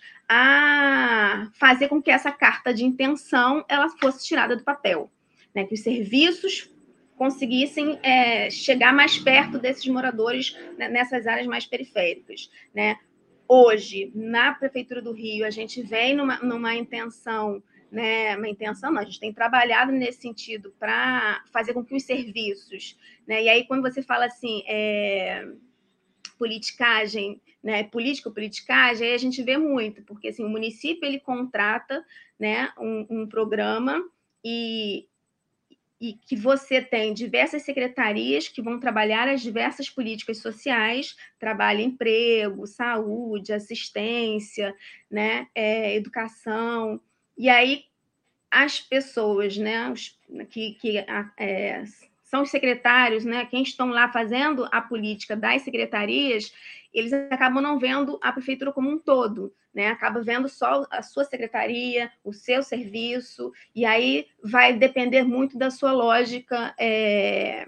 a fazer com que essa carta de intenção ela fosse tirada do papel, né? Que os serviços conseguissem é, chegar mais perto desses moradores, né, nessas áreas mais periféricas, né? Hoje, na Prefeitura do Rio, a gente vem numa, numa intenção, né, uma intenção, não, a gente tem trabalhado nesse sentido para fazer com que os serviços, né, e aí quando você fala assim, é, politicagem, né, político-politicagem, aí a gente vê muito, porque assim, o município ele contrata, né, um, um programa e, e que você tem diversas secretarias que vão trabalhar as diversas políticas sociais, trabalho, emprego, saúde, assistência, né, é, educação, e aí as pessoas, né, os, que, que é, são os secretários, né, quem estão lá fazendo a política das secretarias, eles acabam não vendo a prefeitura como um todo, né? Acaba vendo só a sua secretaria, o seu serviço, e aí vai depender muito da sua lógica é,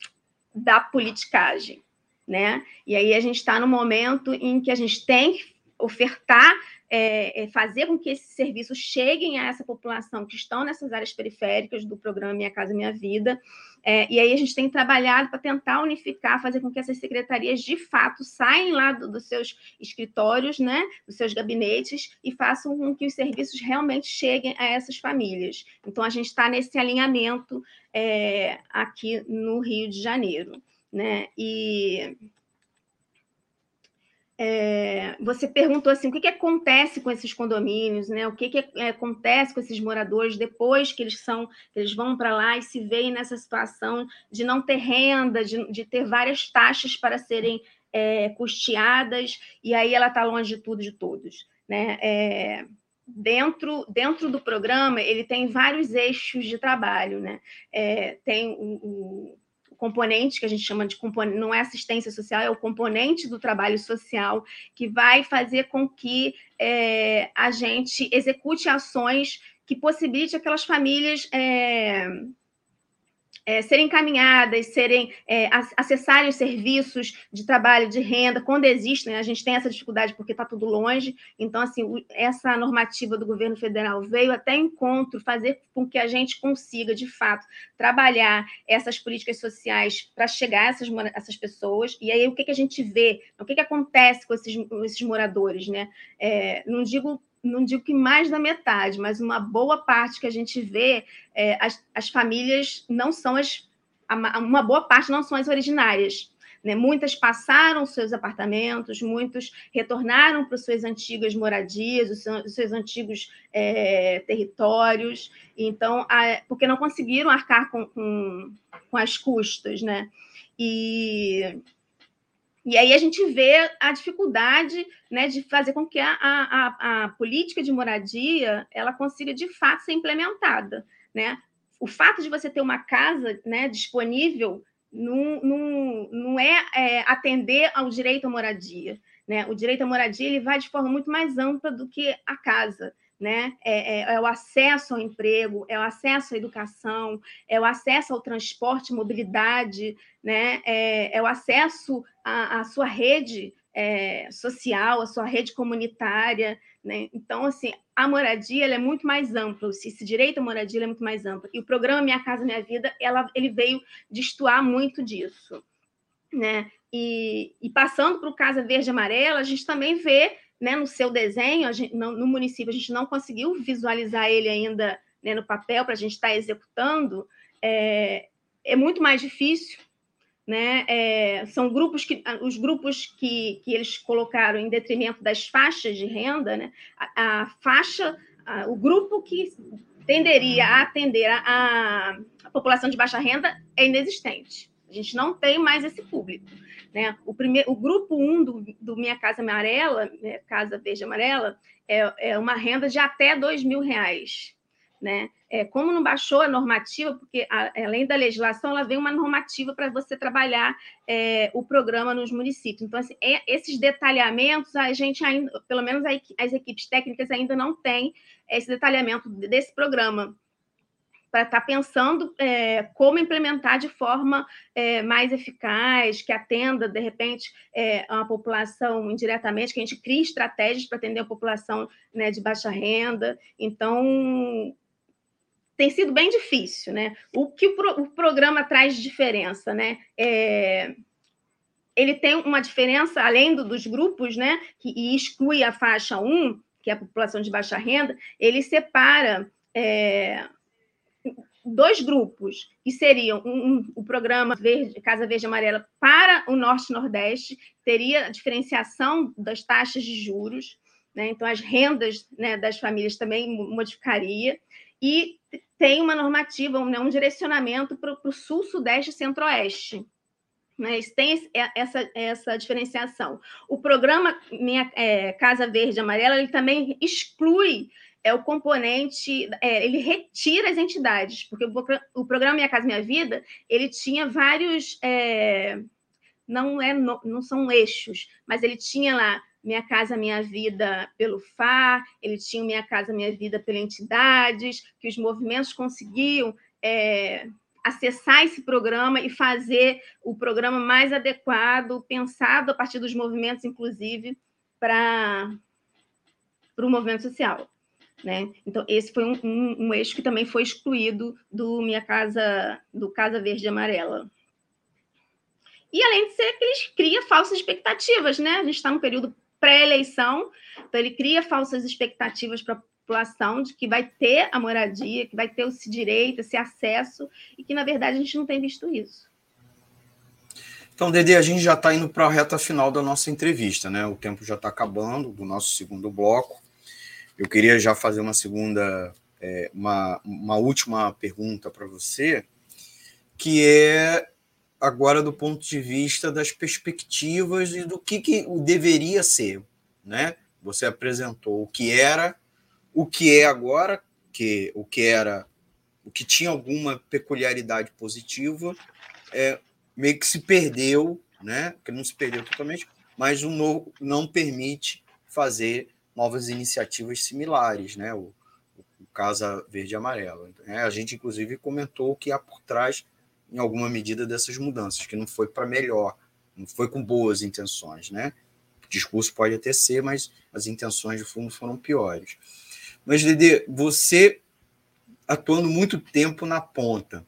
da politicagem, né? E aí a gente está no momento em que a gente tem que ofertar, é, é fazer com que esses serviços cheguem a essa população que estão nessas áreas periféricas do programa Minha Casa Minha Vida. É, e aí a gente tem trabalhado para tentar unificar, fazer com que essas secretarias, de fato, saiam lá do, dos seus escritórios, né, dos seus gabinetes, e façam com que os serviços realmente cheguem a essas famílias. Então, a gente está nesse alinhamento é, aqui no Rio de Janeiro, né? E... É, você perguntou assim, o que, que acontece com esses condomínios, né? O que, que é, acontece com esses moradores depois que eles são, que eles vão para lá e se veem nessa situação de não ter renda, de, de ter várias taxas para serem é, custeadas, e aí ela está longe de tudo e de todos, né? É, dentro, dentro do programa, ele tem vários eixos de trabalho, né? É, tem o, o componente que a gente chama de componente, não é assistência social, é o componente do trabalho social, que vai fazer com que é, a gente execute ações que possibilite aquelas famílias é, é, serem encaminhadas, serem, é, acessarem os serviços de trabalho, de renda, quando existem, né? A gente tem essa dificuldade porque está tudo longe, então, assim, o, essa normativa do governo federal veio até encontro, fazer com que a gente consiga, de fato, trabalhar essas políticas sociais para chegar a essas, essas pessoas, e aí o que, que a gente vê, o que, que acontece com esses, com esses moradores, né? É, não digo não digo que mais da metade, mas uma boa parte que a gente vê, é, as, as famílias não são as... Uma boa parte não são as originárias, né? Muitas passaram seus apartamentos, muitos retornaram para as suas antigas moradias, os seus, os seus antigos é, territórios, então, a, porque não conseguiram arcar com, com, com as custas, né? E... E aí a gente vê a dificuldade, né, de fazer com que a, a, a política de moradia ela consiga, de fato, ser implementada, né? O fato de você ter uma casa, né, disponível não, não, não é, é atender ao direito à moradia, né? O direito à moradia ele vai de forma muito mais ampla do que a casa, né? É, é, é o acesso ao emprego, é o acesso à educação, é o acesso ao transporte, mobilidade, né? é, é o acesso à, à sua rede é, social, à sua rede comunitária, né? Então, assim, a moradia ela é muito mais ampla, esse direito à moradia ela é muito mais amplo. E o programa Minha Casa Minha Vida, ela, ele veio destoar muito disso, né? E, e passando para o Casa Verde e Amarela, a gente também vê, né, no seu desenho, a gente, no, no município, a gente não conseguiu visualizar ele ainda, né, no papel para a gente estar executando, é, é muito mais difícil, né? É, são grupos que os grupos que, que eles colocaram em detrimento das faixas de renda, né? A, a faixa, a, o grupo que tenderia a atender a, a, a população de baixa renda é inexistente. A gente não tem mais esse público, né? O, primeiro, o grupo um do, do Minha Casa Amarela, né, Casa Verde Amarela, é, é uma renda de até dois mil reais, né? É, como não baixou a normativa, porque a, além da legislação, ela vem uma normativa para você trabalhar é, o programa nos municípios. Então, assim, é, esses detalhamentos, a gente ainda, pelo menos a, as equipes técnicas ainda não têm esse detalhamento desse programa, para estar pensando é, como implementar de forma é, mais eficaz, que atenda, de repente, é, a população indiretamente, que a gente crie estratégias para atender a população, né, de baixa renda. Então, tem sido bem difícil, né? O que o, pro, o programa traz de diferença, né? É, ele tem uma diferença, além do, dos grupos, né, que, e exclui a faixa um, que é a população de baixa renda, ele separa... É, dois grupos, que seriam um, um, o programa Verde, Casa Verde e Amarela para o Norte e Nordeste, teria a diferenciação das taxas de juros, né? Então as rendas, né, das famílias também modificaria, e tem uma normativa, um, né, um direcionamento para o Sul, Sudeste e Centro-Oeste. Mas tem essa, essa diferenciação. O programa Minha é, Casa Verde e Amarela ele também exclui é o componente, é, ele retira as entidades, porque o, o programa Minha Casa Minha Vida, ele tinha vários, é, não, é, não, não são eixos, mas ele tinha lá Minha Casa Minha Vida pelo F A, ele tinha Minha Casa Minha Vida pelas entidades, que os movimentos conseguiam é, acessar esse programa e fazer o programa mais adequado, pensado a partir dos movimentos, inclusive, para... para o movimento social. Né? Então, esse foi um, um, um eixo que também foi excluído do Minha Casa, do Casa Verde e Amarela. E, além de ser que ele cria falsas expectativas, né? A gente está no período pré-eleição, então ele cria falsas expectativas para a população de que vai ter a moradia, que vai ter esse direito, esse acesso, e que, na verdade, a gente não tem visto isso. Então, Dedê, a gente já está indo para a reta final da nossa entrevista, né? O tempo já está acabando, do nosso segundo bloco. Eu queria já fazer uma segunda, é, uma, uma última pergunta para você, que é agora do ponto de vista das perspectivas e do que, que deveria ser, né? Você apresentou o que era, o que é agora, que o que era, o que tinha alguma peculiaridade positiva, é, meio que se perdeu, né? Que não se perdeu totalmente, mas o novo não permite fazer novas iniciativas similares, né? O, o Casa Verde e Amarelo. É, a gente, inclusive, comentou o que há por trás, em alguma medida, dessas mudanças, que não foi para melhor, não foi com boas intenções, né? O discurso pode até ser, mas as intenções, de fundo, foram piores. Mas, Dedê, você atuando muito tempo na ponta,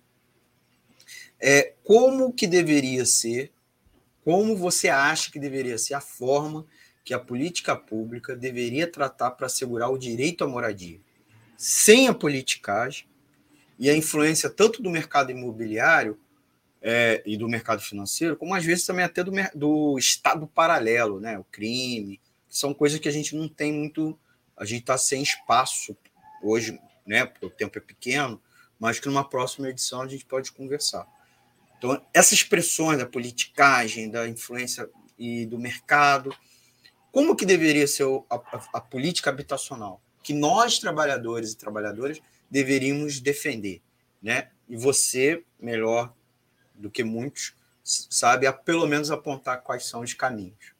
é, como que deveria ser, como você acha que deveria ser a forma que a política pública deveria tratar para assegurar o direito à moradia, sem a politicagem e a influência tanto do mercado imobiliário é, e do mercado financeiro, como às vezes também até do, do Estado paralelo, né? O crime, que são coisas que a gente não tem muito, a gente está sem espaço hoje, né? Porque o tempo é pequeno, mas que numa próxima edição a gente pode conversar. Então, essas expressões da politicagem, da influência e do mercado, como que deveria ser a, a, a política habitacional que nós, trabalhadores e trabalhadoras, deveríamos defender, né? E você, melhor do que muitos, sabe, a pelo menos apontar quais são os caminhos.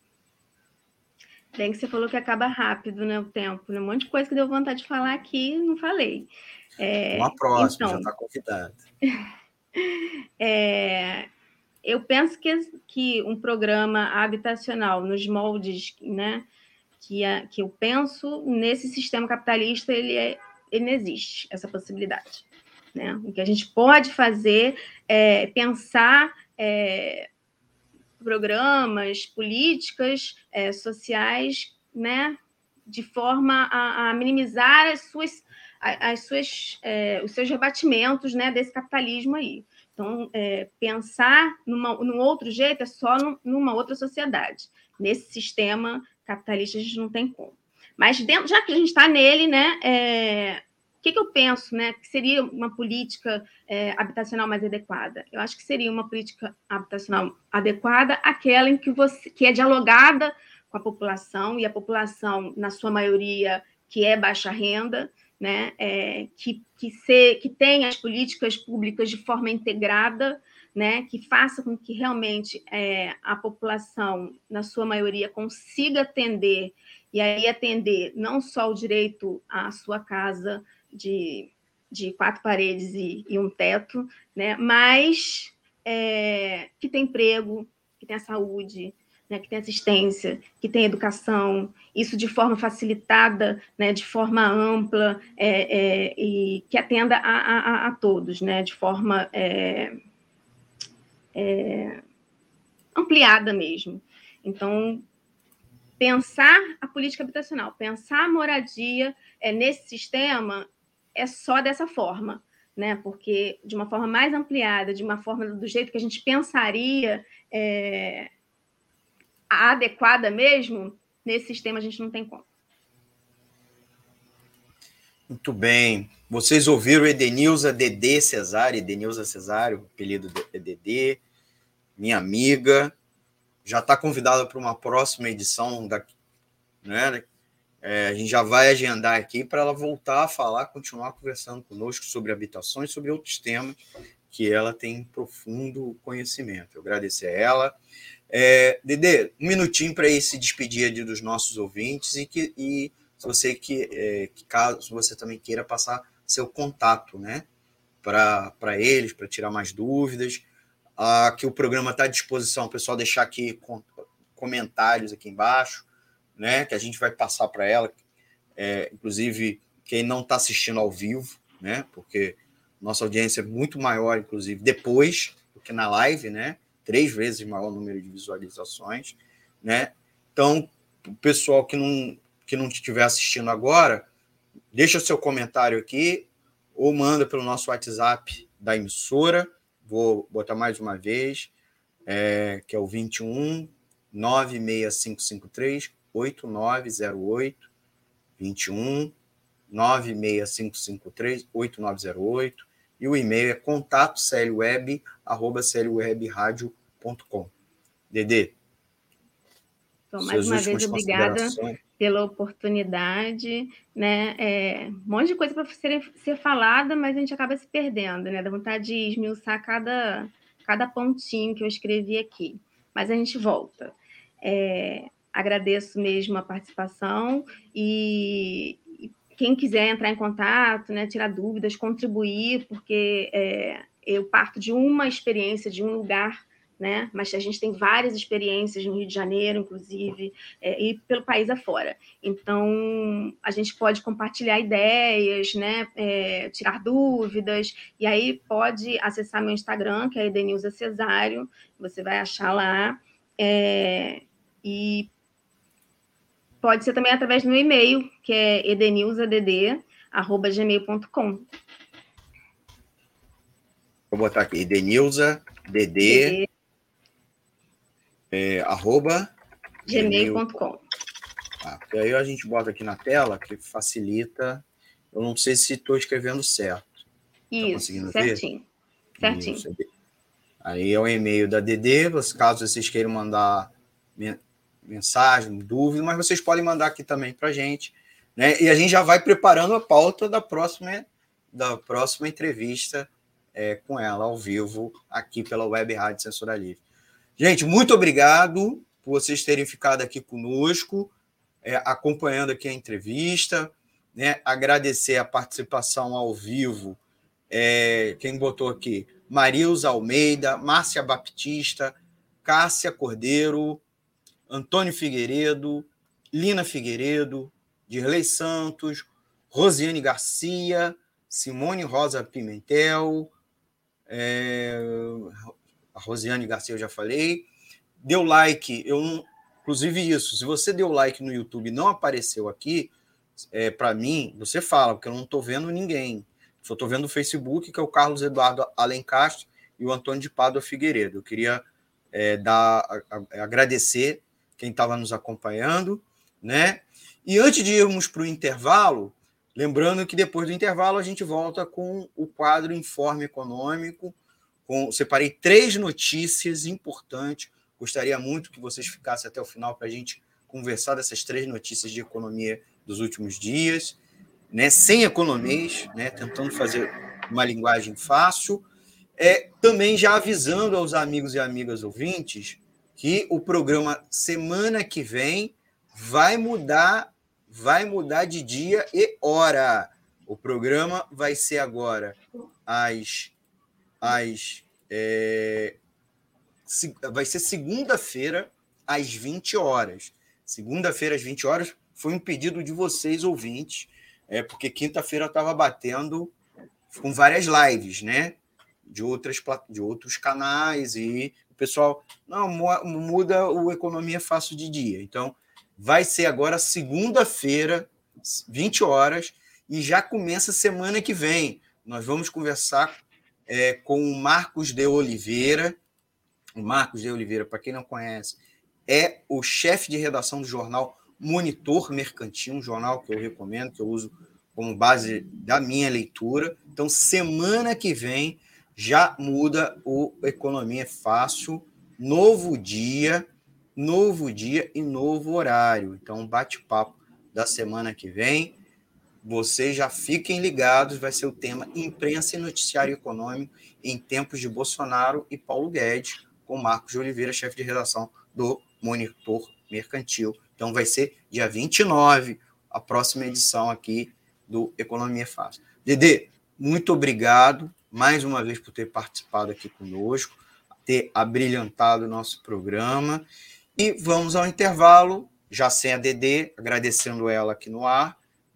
Bem que você falou que acaba rápido, né, o tempo. Né? Um monte de coisa que deu vontade de falar aqui, não falei. É, Uma próxima, então, já está convidado. É, eu penso que, que um programa habitacional nos moldes, né, que, a, que eu penso nesse sistema capitalista, ele, é, ele não existe, essa possibilidade. Né? O que a gente pode fazer é pensar é, programas, políticas é, sociais, né, de forma a, a minimizar as suas, as suas, é, os seus rebatimentos, né, desse capitalismo aí. Então, é, pensar numa, num outro jeito é só num, numa outra sociedade. Nesse sistema capitalista a gente não tem como. Mas dentro, já que a gente está nele, né, é, o que, que eu penso, né, que seria uma política é, habitacional mais adequada? Eu acho que seria uma política habitacional adequada, aquela em que, você, que é dialogada com a população, e a população, na sua maioria, que é baixa renda, né, é, que, que, se, que tenha as políticas públicas de forma integrada, né, que faça com que realmente é, a população, na sua maioria, consiga atender, e aí atender não só o direito à sua casa de, de quatro paredes e, e um teto, né, mas é, que tem emprego, que tem a saúde, né, que tem assistência, que tem educação, isso de forma facilitada, né, de forma ampla, é, é, e que atenda a, a, a todos, né, de forma é, é, ampliada mesmo. Então, pensar a política habitacional, pensar a moradia é, nesse sistema é só dessa forma, né, porque de uma forma mais ampliada, de uma forma do jeito que a gente pensaria, é, a adequada mesmo, nesse sistema a gente não tem como. Muito bem. Vocês ouviram Edenilza Dedê Cesário, Edenilza Cesário, o apelido de Dedê, minha amiga, já está convidada para uma próxima edição, da, né? É, a gente já vai agendar aqui para ela voltar a falar, continuar conversando conosco sobre habitações, sobre outros temas que ela tem profundo conhecimento. Eu agradecer a ela. É, Dedê, um minutinho para ir se despedir ali dos nossos ouvintes e, que, e se você que, é, que caso você também queira passar seu contato, né, para eles, para tirar mais dúvidas, ah, que o programa está à disposição, o pessoal deixar aqui com, comentários aqui embaixo, né, que a gente vai passar para ela, é, inclusive quem não está assistindo ao vivo, né? Porque nossa audiência é muito maior, inclusive, depois do que na live, né? Três vezes maior número de visualizações, né? Então, o pessoal que não, que não estiver assistindo agora, deixa o seu comentário aqui ou manda pelo nosso WhatsApp da emissora. Vou botar mais uma vez, é, que é o vinte e um, nove seis cinco cinco três, oito nove zero oito, vinte e um, nove seis cinco cinco três, oito nove zero oito, e o e-mail é contato c l web arroba c l web radio ponto com. Dedê, então, mais uma vez, obrigada pela oportunidade, né? É, um monte de coisa para ser, ser falada, mas a gente acaba se perdendo, né? Dá vontade de esmiuçar cada, cada pontinho que eu escrevi aqui. Mas a gente volta. É, agradeço mesmo a participação e, e quem quiser entrar em contato, né, tirar dúvidas, contribuir, porque é, eu parto de uma experiência, de um lugar, né? Mas a gente tem várias experiências no Rio de Janeiro, inclusive, é, e pelo país afora. Então, a gente pode compartilhar ideias, né? É, tirar dúvidas, e aí pode acessar meu Instagram, que é Edenilza Cesário, você vai achar lá, é, e pode ser também através do meu e-mail, que é edenilzadd arroba gmail ponto com. Vou botar aqui, edenilzadd É, arroba gmail ponto com. Ah, porque aí a gente bota aqui na tela, que facilita. Eu não sei se estou escrevendo certo. Isso, tá certinho. Ver? Certinho. Isso. Aí é o e-mail da Dedê, caso vocês queiram mandar mensagem, dúvida, mas vocês podem mandar aqui também para a gente, né? E a gente já vai preparando a pauta da próxima, da próxima entrevista é, com ela, ao vivo, aqui pela Web Rádio Censura Livre. Gente, muito obrigado por vocês terem ficado aqui conosco, é, acompanhando aqui a entrevista, né? Agradecer a participação ao vivo, é, quem botou aqui, Marilza Almeida, Márcia Baptista, Cássia Cordeiro, Antônio Figueiredo, Lina Figueiredo, Dirley Santos, Rosiane Garcia, Simone Rosa Pimentel, é... a Rosiane Garcia eu já falei, deu like, eu não... inclusive isso, se você deu like no YouTube e não apareceu aqui, é, para mim, você fala, porque eu não estou vendo ninguém, só estou vendo o Facebook, que é o Carlos Eduardo Alencastro e o Antônio de Pádua Figueiredo. Eu queria é, dar, a, a, agradecer quem estava nos acompanhando, né? E antes de irmos para o intervalo, lembrando que depois do intervalo a gente volta com o quadro Informe Econômico. Com, separei três notícias importantes. Gostaria muito que vocês ficassem até o final para a gente conversar dessas três notícias de economia dos últimos dias, né? Sem economês, né? Tentando fazer uma linguagem fácil. É, também já avisando aos amigos e amigas ouvintes que o programa semana que vem vai mudar, vai mudar de dia e hora. O programa vai ser agora às, às é, vai ser segunda-feira às vinte horas. Segunda-feira às vinte horas foi um pedido de vocês, ouvintes, é, porque quinta-feira eu estava batendo com várias lives, né? De, outras, de outros canais, e o pessoal, não, muda o Economia Fácil de dia. Então, vai ser agora segunda-feira, vinte horas, e já começa semana que vem. Nós vamos conversar é, com o Marcos de Oliveira. O Marcos de Oliveira, para quem não conhece, é o chefe de redação do jornal Monitor Mercantil, um jornal que eu recomendo, que eu uso como base da minha leitura. Então, semana que vem, já muda o Economia Fácil, novo dia, novo dia e novo horário. Então, bate-papo da semana que vem. Vocês já fiquem ligados, vai ser o tema Imprensa e Noticiário Econômico em tempos de Bolsonaro e Paulo Guedes, com Marcos de Oliveira, chefe de redação do Monitor Mercantil. Então, vai ser dia vinte e nove, a próxima edição aqui do Economia Fácil. Dedê, muito obrigado mais uma vez por ter participado aqui conosco, ter abrilhantado o nosso programa. E vamos ao intervalo, já sem a Dedê, agradecendo ela aqui no ar,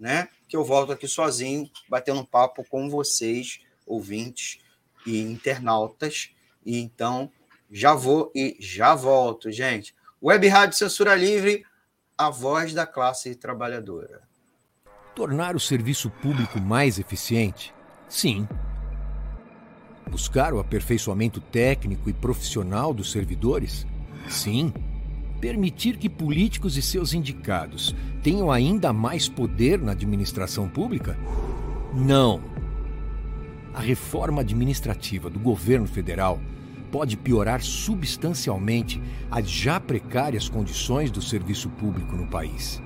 né? Que eu volto aqui sozinho, batendo um papo com vocês, ouvintes e internautas. E então, já vou e já volto, gente. Web Rádio Censura Livre, a voz da classe trabalhadora. Tornar o serviço público mais eficiente? Sim. Buscar o aperfeiçoamento técnico e profissional dos servidores? Sim. Permitir que políticos e seus indicados tenham ainda mais poder na administração pública? Não. A reforma administrativa do governo federal pode piorar substancialmente as já precárias condições do serviço público no país.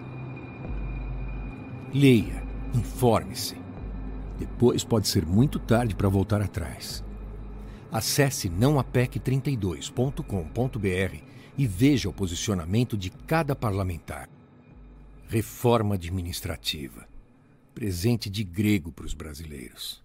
Leia, informe-se. Depois pode ser muito tarde para voltar atrás. Acesse não a p e c trinta e dois ponto com ponto b r e veja o posicionamento de cada parlamentar. Reforma administrativa. Presente de grego para os brasileiros.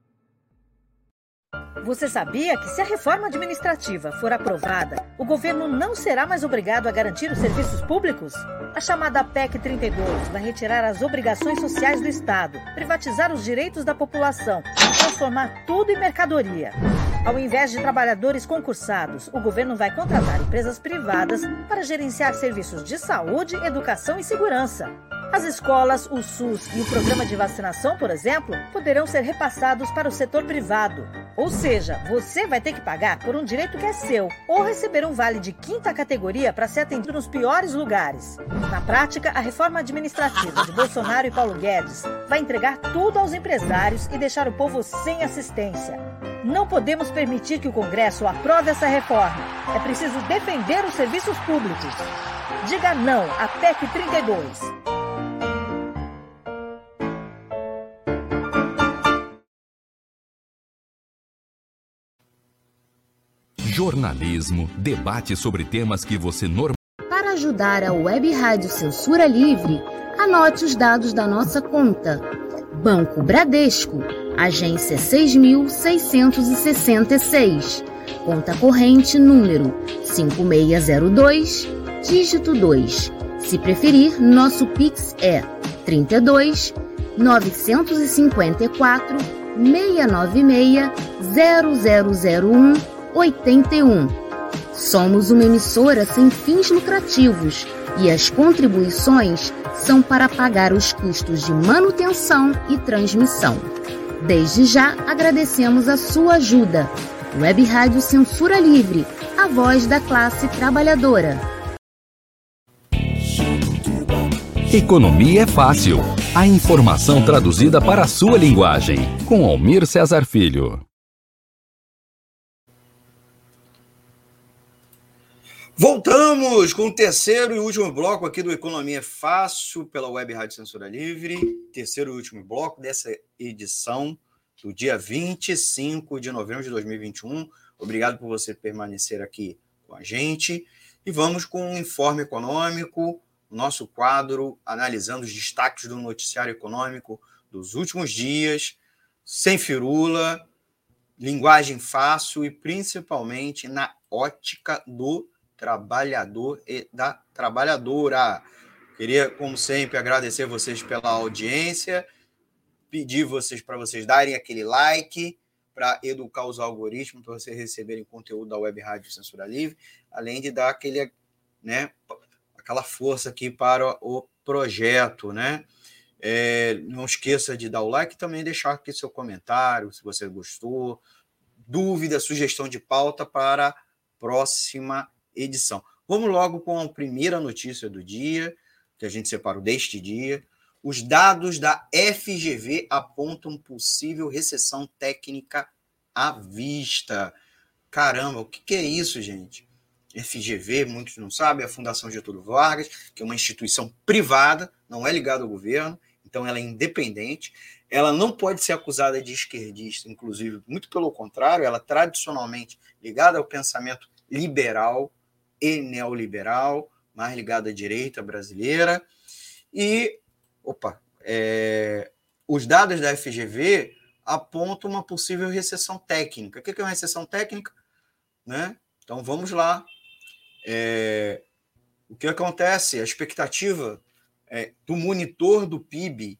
Você sabia que, se a reforma administrativa for aprovada, o governo não será mais obrigado a garantir os serviços públicos? A chamada P E C trinta e dois vai retirar as obrigações sociais do Estado, privatizar os direitos da população e transformar tudo em mercadoria. Ao invés de trabalhadores concursados, o governo vai contratar empresas privadas para gerenciar serviços de saúde, educação e segurança. As escolas, o SUS e o programa de vacinação, por exemplo, poderão ser repassados para o setor privado. Ou seja, você vai ter que pagar por um direito que é seu, ou receber um vale de quinta categoria para ser atendido nos piores lugares. Na prática, a reforma administrativa de Bolsonaro e Paulo Guedes vai entregar tudo aos empresários e deixar o povo sem assistência. Não podemos permitir que o Congresso aprove essa reforma. É preciso defender os serviços públicos. Diga não à P E C trinta e dois. Jornalismo, debate sobre temas que você normalmente... Para ajudar a Web Rádio Censura Livre, anote os dados da nossa conta. Banco Bradesco, agência seis mil seiscentos e sessenta e seis, conta corrente número cinco seis zero dois, dígito dois. Se preferir, nosso Pix é trinta e dois, novecentos e cinquenta e quatro, seiscentos e noventa e seis, zero zero zero um, oitenta e um. Somos uma emissora sem fins lucrativos e as contribuições são para pagar os custos de manutenção e transmissão. Desde já agradecemos a sua ajuda. Web Rádio Censura Livre, a voz da classe trabalhadora. Economia é fácil. A informação traduzida para a sua linguagem. Com Almir Cesar Filho. Voltamos com o terceiro e último bloco aqui do Economia é Fácil pela Web Rádio Censura Livre. Terceiro e último bloco dessa edição do dia vinte e cinco de novembro de dois mil e vinte e um. Obrigado por você permanecer aqui com a gente. E vamos com um informe econômico, nosso quadro analisando os destaques do noticiário econômico dos últimos dias, sem firula, linguagem fácil e principalmente na ótica do trabalhador e da trabalhadora. Queria, como sempre, agradecer vocês pela audiência, pedir vocês para vocês darem aquele like para educar os algoritmos, para vocês receberem conteúdo da Web Rádio Censura Livre, além de dar aquele, né, aquela força aqui para o projeto, né? É, não esqueça de dar o like e também deixar aqui seu comentário, se você gostou, dúvida, sugestão de pauta para a próxima edição. Vamos logo com a primeira notícia do dia, que a gente separou deste dia. Os dados da F G V apontam possível recessão técnica à vista. Caramba, o que é isso, gente? F G V, muitos não sabem, é a Fundação Getúlio Vargas, que é uma instituição privada, não é ligada ao governo, então ela é independente. Ela não pode ser acusada de esquerdista, inclusive, muito pelo contrário, ela é tradicionalmente ligada ao pensamento liberal e neoliberal, mais ligada à direita brasileira. E, opa, é, os dados da F G V apontam uma possível recessão técnica. O que é uma recessão técnica? Né? Então, vamos lá. É, o que acontece? A expectativa é, do monitor do P I B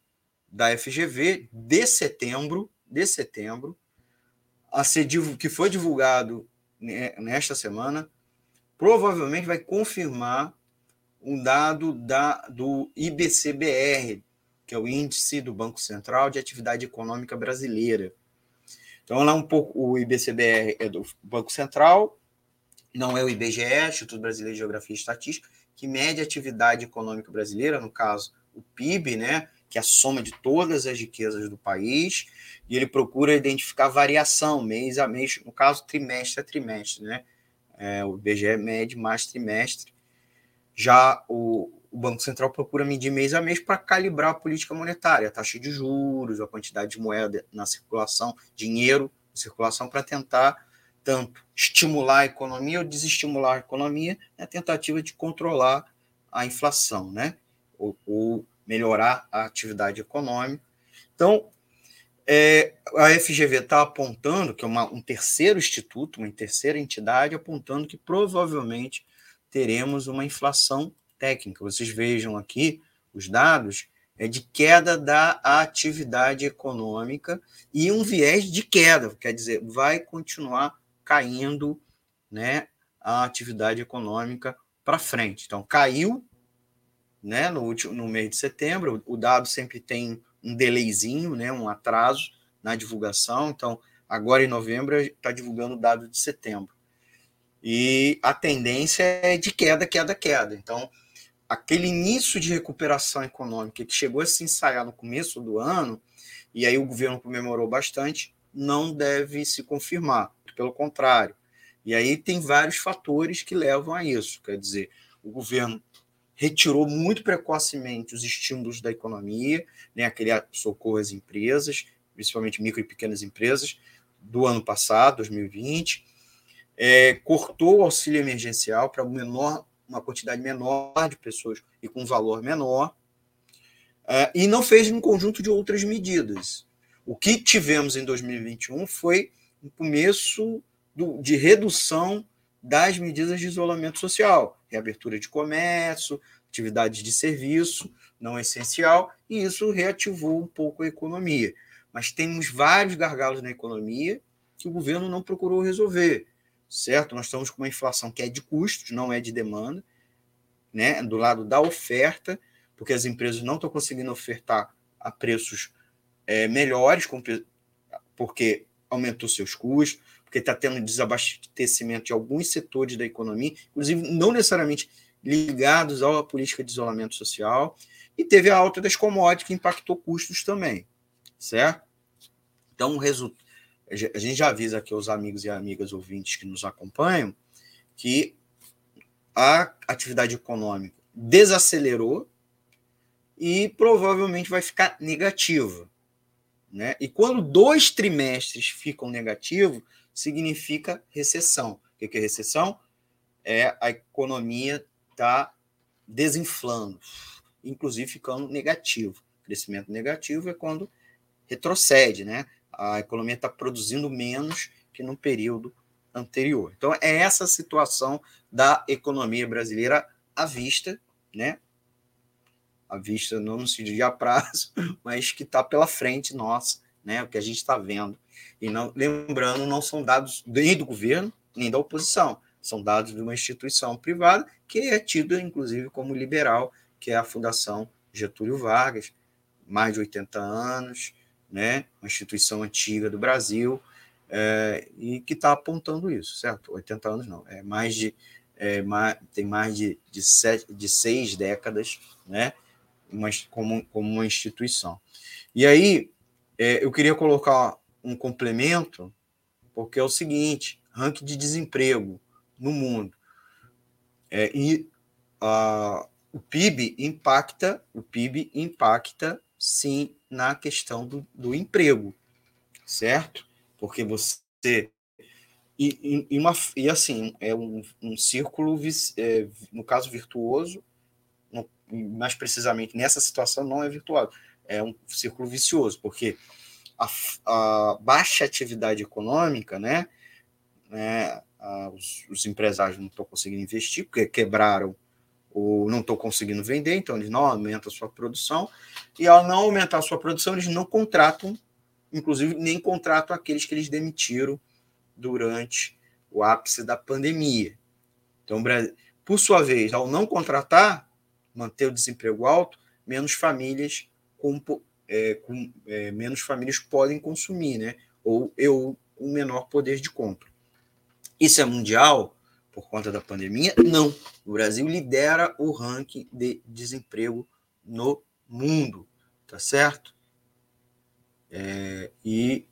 da F G V de setembro, de setembro, a ser, que foi divulgado nesta semana, provavelmente vai confirmar um dado da, do I B C B R, que é o Índice do Banco Central de Atividade Econômica Brasileira. Então, lá um pouco, o I B C B R é do Banco Central, não é o I B G E, Instituto Brasileiro de Geografia e Estatística, que mede a atividade econômica brasileira, no caso, o P I B, né, que é a soma de todas as riquezas do país, e ele procura identificar variação mês a mês, no caso, trimestre a trimestre, né? É, o I B G E mede mais trimestre. Já o, o Banco Central procura medir mês a mês para calibrar a política monetária, a taxa de juros, a quantidade de moeda na circulação, dinheiro em circulação, para tentar tanto estimular a economia ou desestimular a economia, na tentativa de controlar a inflação, né? Ou, ou melhorar a atividade econômica. Então, é, a F G V está apontando, que é uma, um terceiro instituto, uma terceira entidade, apontando que provavelmente teremos uma inflação técnica. Vocês vejam aqui os dados é de queda da atividade econômica e um viés de queda, quer dizer, vai continuar caindo, né, a atividade econômica para frente. Então, caiu, né, no, último, no mês de setembro, o dado sempre tem um delayzinho, né, um atraso na divulgação. Então, agora em novembro, está divulgando o dado de setembro. E a tendência é de queda, queda, queda. Então, aquele início de recuperação econômica que chegou a se ensaiar no começo do ano, e aí o governo comemorou bastante, não deve se confirmar, pelo contrário. E aí tem vários fatores que levam a isso. Quer dizer, o governo retirou muito precocemente os estímulos da economia, né, aquele socorro às empresas, principalmente micro e pequenas empresas, do ano passado, dois mil e vinte, é, cortou o auxílio emergencial para menor, uma quantidade menor de pessoas e com valor menor, é, e não fez um conjunto de outras medidas. O que tivemos em dois mil e vinte e um foi um começo do, de redução das medidas de isolamento social, reabertura de comércio, atividades de serviço não essencial, e isso reativou um pouco a economia. Mas temos vários gargalos na economia que o governo não procurou resolver, certo? Nós estamos com uma inflação que é de custos, não é de demanda, né? Do lado da oferta, porque as empresas não estão conseguindo ofertar a preços é, melhores, porque aumentou seus custos, porque está tendo desabastecimento de alguns setores da economia, inclusive não necessariamente ligados à política de isolamento social, e teve a alta das commodities, que impactou custos também, certo? Então, o resultado, a gente já avisa aqui aos amigos e amigas ouvintes que nos acompanham que a atividade econômica desacelerou e provavelmente vai ficar negativa, né? E quando dois trimestres ficam negativos, significa recessão. O que é recessão? É a economia está desinflando, inclusive ficando negativo. Crescimento negativo é quando retrocede, né? A economia está produzindo menos que no período anterior. Então, é essa situação da economia brasileira à vista, né? À vista não no sentido de a prazo, mas que está pela frente nossa, né? O que a gente está vendo. E não, lembrando, não são dados nem do governo, nem da oposição, são dados de uma instituição privada que é tida, inclusive, como liberal, que é a Fundação Getúlio Vargas, mais de oitenta anos, né? Uma instituição antiga do Brasil, é, e que está apontando isso, certo? oitenta anos não, é mais de, é, mais, tem mais de, de, sete, de seis décadas, né? Uma, como, como uma instituição. E aí, é, eu queria colocar um complemento, porque é o seguinte: ranking de desemprego no mundo. É, e a, o P I B impacta, o P I B impacta, sim, na questão do, do emprego, certo? Porque você... E, e, uma, e assim, é um, um círculo, é, no caso virtuoso, no, mais precisamente nessa situação não é virtuoso, é um círculo vicioso, porque a, a baixa atividade econômica, né, né, a, os, os empresários não estão conseguindo investir, porque quebraram ou não estou conseguindo vender, então eles não aumentam a sua produção, e ao não aumentar a sua produção, eles não contratam, inclusive nem contratam aqueles que eles demitiram durante o ápice da pandemia. Então, por sua vez, ao não contratar, manter o desemprego alto, menos famílias com, é, com é, menos famílias podem consumir, né? Ou eu um menor poder de compra. Isso é mundial por conta da pandemia? Não. O Brasil lidera o ranking de desemprego no mundo, tá certo? É, e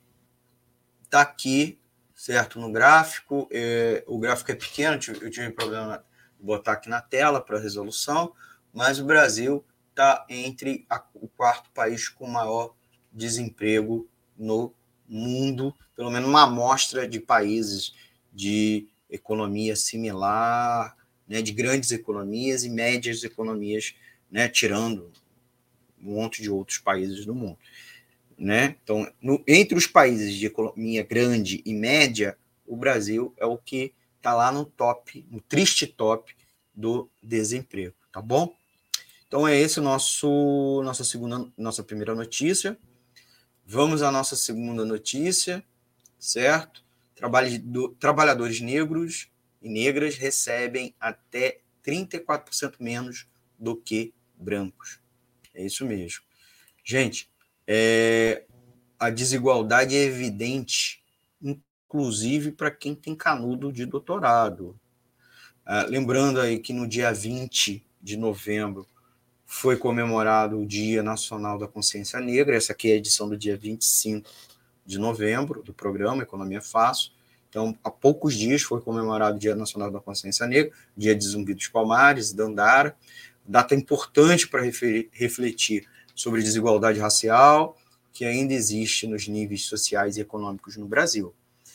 tá aqui, certo, no gráfico. É, o gráfico é pequeno, eu tive problema de botar aqui na tela para resolução, mas o Brasil está entre a, o quarto país com maior desemprego no mundo, pelo menos uma amostra de países de economia similar, né, de grandes economias e médias economias, né, tirando um monte de outros países do mundo. Né? Então, no, entre os países de economia grande e média, o Brasil é o que está lá no top, no triste top do desemprego, tá bom? Então é esse o nosso nossa segunda, nossa primeira notícia. Vamos à nossa segunda notícia, certo? Trabalho, trabalhadores negros e negras recebem até trinta e quatro por cento menos do que brancos. É isso mesmo. Gente, é, a desigualdade é evidente, inclusive para quem tem canudo de doutorado. Ah, lembrando aí que no dia vinte de novembro foi comemorado o Dia Nacional da Consciência Negra. Essa aqui é a edição do dia vinte e cinco de novembro do programa Economia Fácil. Então, há poucos dias foi comemorado o Dia Nacional da Consciência Negra, Dia de Zumbi dos Palmares, Dandara, data importante para refletir sobre desigualdade racial, que ainda existe nos níveis sociais e econômicos no Brasil.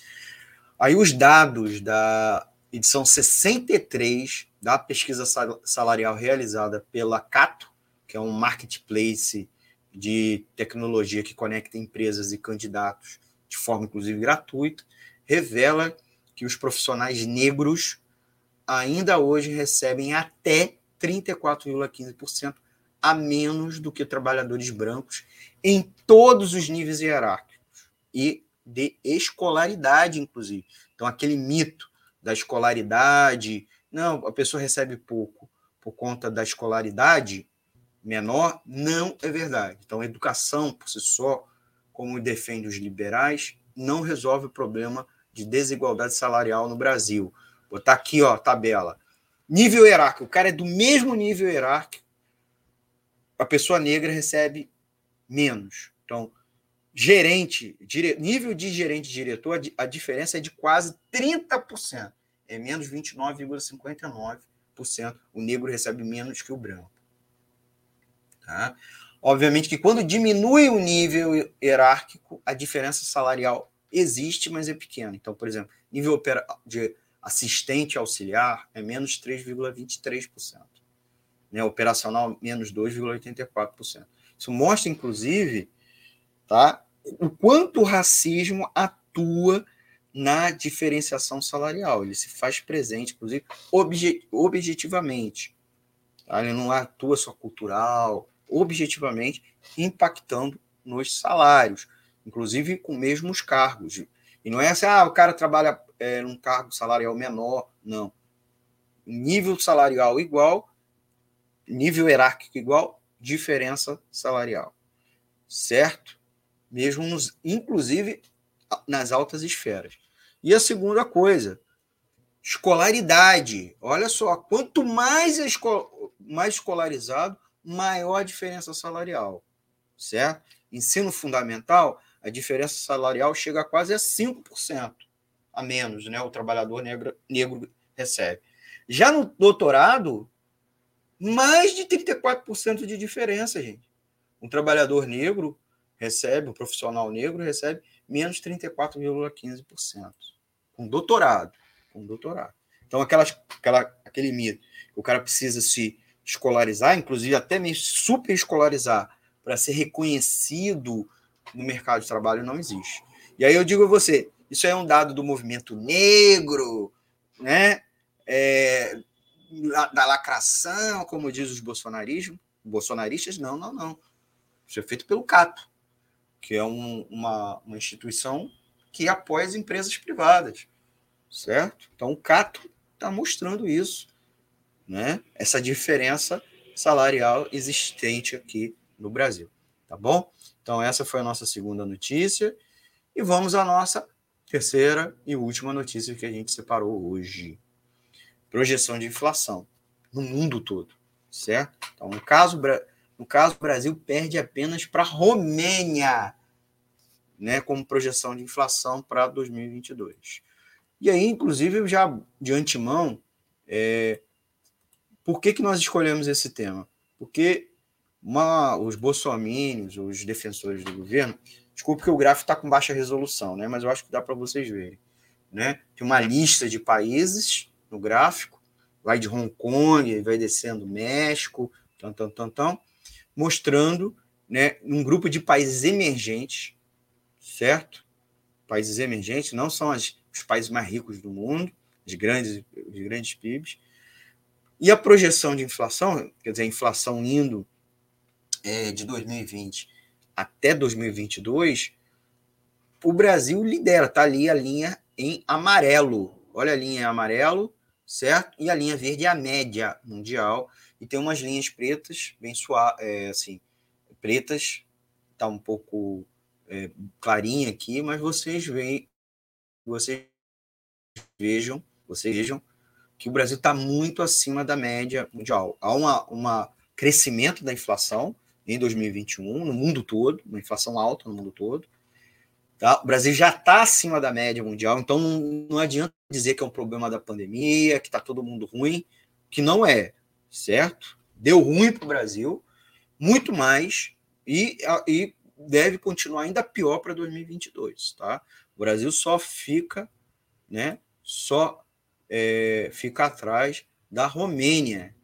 Aí os dados da edição sessenta e três da pesquisa salarial realizada pela Cato, que é um marketplace de tecnologia que conecta empresas e candidatos de forma, inclusive, gratuita, revela que os profissionais negros ainda hoje recebem até trinta e quatro vírgula quinze por cento a menos do que trabalhadores brancos em todos os níveis hierárquicos e de escolaridade, inclusive. Então, aquele mito da escolaridade, não, a pessoa recebe pouco por conta da escolaridade menor, não é verdade. Então, a educação, por si só, como defendem os liberais, não resolve o problema de desigualdade salarial no Brasil. Vou botar aqui, ó, a tabela. Nível hierárquico. O cara é do mesmo nível hierárquico, a pessoa negra recebe menos. Então, gerente, dire... nível de gerente diretor, a diferença é de quase trinta por cento. É menos vinte e nove vírgula cinquenta e nove por cento. O negro recebe menos que o branco. Tá? Obviamente que quando diminui o nível hierárquico, a diferença salarial existe, mas é pequena. Então, por exemplo, nível de assistente auxiliar é menos três vírgula vinte e três por cento. Né? Operacional, menos dois vírgula oitenta e quatro por cento. Isso mostra, inclusive, tá, o quanto o racismo atua na diferenciação salarial. Ele se faz presente, inclusive, obje- objetivamente. Tá? Ele não atua só cultural, objetivamente, impactando nos salários, inclusive com mesmos cargos. E não é assim, ah, o cara trabalha é, num cargo salarial menor, não. Nível salarial igual, nível hierárquico igual, diferença salarial. Certo? Mesmo, nos, inclusive, nas altas esferas. E a segunda coisa, escolaridade. Olha só, quanto mais, esco, mais escolarizado, maior a diferença salarial. Certo? Ensino fundamental, a diferença salarial chega a quase a cinco por cento a menos, né? O trabalhador negro, negro recebe. Já no doutorado, mais de trinta e quatro por cento de diferença, gente. Um trabalhador negro recebe, um profissional negro recebe menos trinta e quatro vírgula quinze por cento. Com doutorado. Com doutorado. Então, aquelas, aquela, aquele mito que o cara precisa se escolarizar, inclusive até mesmo super escolarizar, para ser reconhecido no mercado de trabalho, não existe. E aí eu digo a você, isso é um dado do movimento negro, né? É, da lacração, como diz os bolsonarismo, bolsonaristas, não, não, não. Isso é feito pelo Cato, que é um, uma, uma instituição que apoia as empresas privadas, certo? Então, o Cato está mostrando isso, né? Essa diferença salarial existente aqui no Brasil, tá bom? Então, essa foi a nossa segunda notícia. E vamos à nossa terceira e última notícia que a gente separou hoje. Projeção de inflação no mundo todo, certo? Então, no caso, no caso o Brasil perde apenas para a Romênia, né, como projeção de inflação para dois mil e vinte e dois. E aí, inclusive, já de antemão, é, por que, que nós escolhemos esse tema? Porque uma, os bolsominions, os defensores do governo, desculpe que o gráfico está com baixa resolução, né, mas eu acho que dá para vocês verem, né? Tem uma lista de países no gráfico, vai de Hong Kong, e vai descendo México, tam, tam, tam, tam, mostrando, né, um grupo de países emergentes, certo? Países emergentes não são as, os países mais ricos do mundo, os grandes, os grandes P I Bs. E a projeção de inflação, quer dizer, a inflação indo é, de dois mil e vinte até dois mil e vinte e dois, o Brasil lidera, está ali a linha em amarelo. Olha a linha em amarelo, certo? E a linha verde é a média mundial. E tem umas linhas pretas, bem suaves, é, assim, pretas, está um pouco é, clarinha aqui, mas vocês veem, vocês vejam, vocês vejam que o Brasil está muito acima da média mundial. Há uma, uma crescimento da inflação em dois mil e vinte e um no mundo todo, uma inflação alta no mundo todo. Tá? O Brasil já está acima da média mundial, então não, não adianta dizer que é um problema da pandemia, que está todo mundo ruim, que não é, certo? Deu ruim para o Brasil, muito mais, e, e deve continuar ainda pior para dois mil e vinte e dois. Tá? O Brasil só fica, né, só é, fica atrás da Romênia.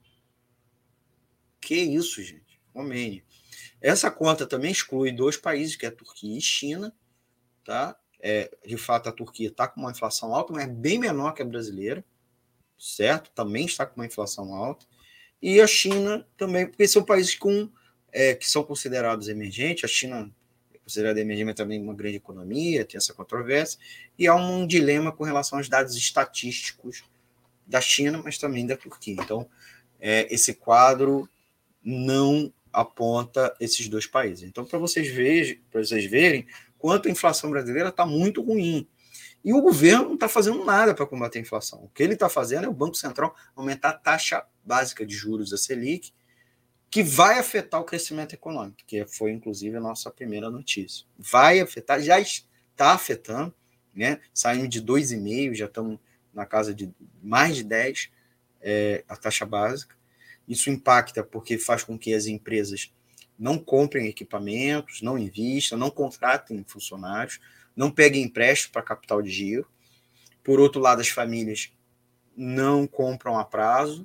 Que isso, gente? Romênia. Essa conta também exclui dois países, que é a Turquia e China. Tá? É, de fato, a Turquia está com uma inflação alta, mas é bem menor que a brasileira, certo? Também está com uma inflação alta. E a China também, porque são países com, é, que são considerados emergentes. A China é considerada emergente, mas também uma grande economia, tem essa controvérsia. E há um dilema com relação aos dados estatísticos da China, mas também da Turquia. Então, é, esse quadro não aponta esses dois países. Então, para vocês verem, para vocês verem quanto a inflação brasileira está muito ruim. E o governo não está fazendo nada para combater a inflação. O que ele está fazendo é o Banco Central aumentar a taxa básica de juros da Selic, que vai afetar o crescimento econômico, que foi, inclusive, a nossa primeira notícia. Vai afetar, já está afetando, né? Saímos de dois vírgula cinco por cento, já estamos na casa de mais de dez por cento, é, a taxa básica. Isso impacta porque faz com que as empresas não comprem equipamentos, não invistam, não contratem funcionários, não peguem empréstimo para capital de giro. Por outro lado, as famílias não compram a prazo.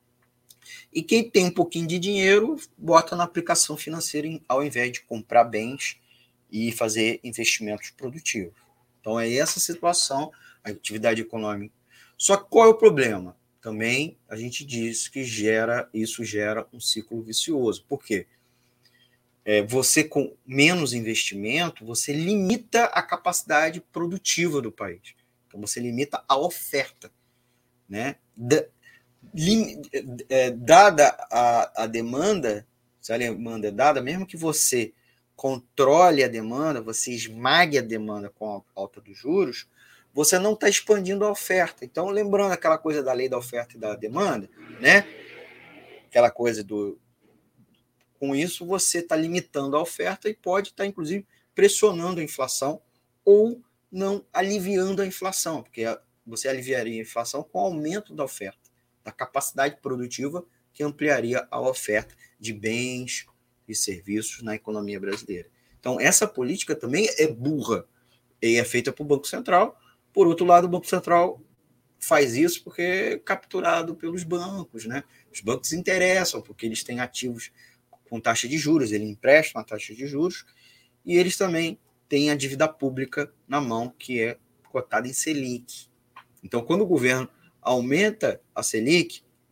E quem tem um pouquinho de dinheiro, bota na aplicação financeira ao invés de comprar bens e fazer investimentos produtivos. Então, é essa situação, a atividade econômica. Só que qual é o problema? Também a gente diz que gera, isso gera um ciclo vicioso. Por quê? É, você, com menos investimento, você limita a capacidade produtiva do país. Então, você limita a oferta. Né? Da, lim, é, dada a, a demanda, se a demanda é dada, mesmo que você controle a demanda, você esmague a demanda com a alta dos juros, você não está expandindo a oferta. Então, lembrando aquela coisa da lei da oferta e da demanda, né? Aquela coisa do... Com isso, você está limitando a oferta e pode estar, inclusive, pressionando a inflação ou não aliviando a inflação, porque você aliviaria a inflação com o aumento da oferta, da capacidade produtiva que ampliaria a oferta de bens e serviços na economia brasileira. Então, essa política também é burra e é feita por Banco Central. Por outro lado, o Banco Central faz isso porque é capturado pelos bancos, né? Os bancos interessam porque eles têm ativos com taxa de juros, eles emprestam a taxa de juros e eles também têm a dívida pública na mão, que é cotada em Selic. Então, quando o governo aumenta a Selic,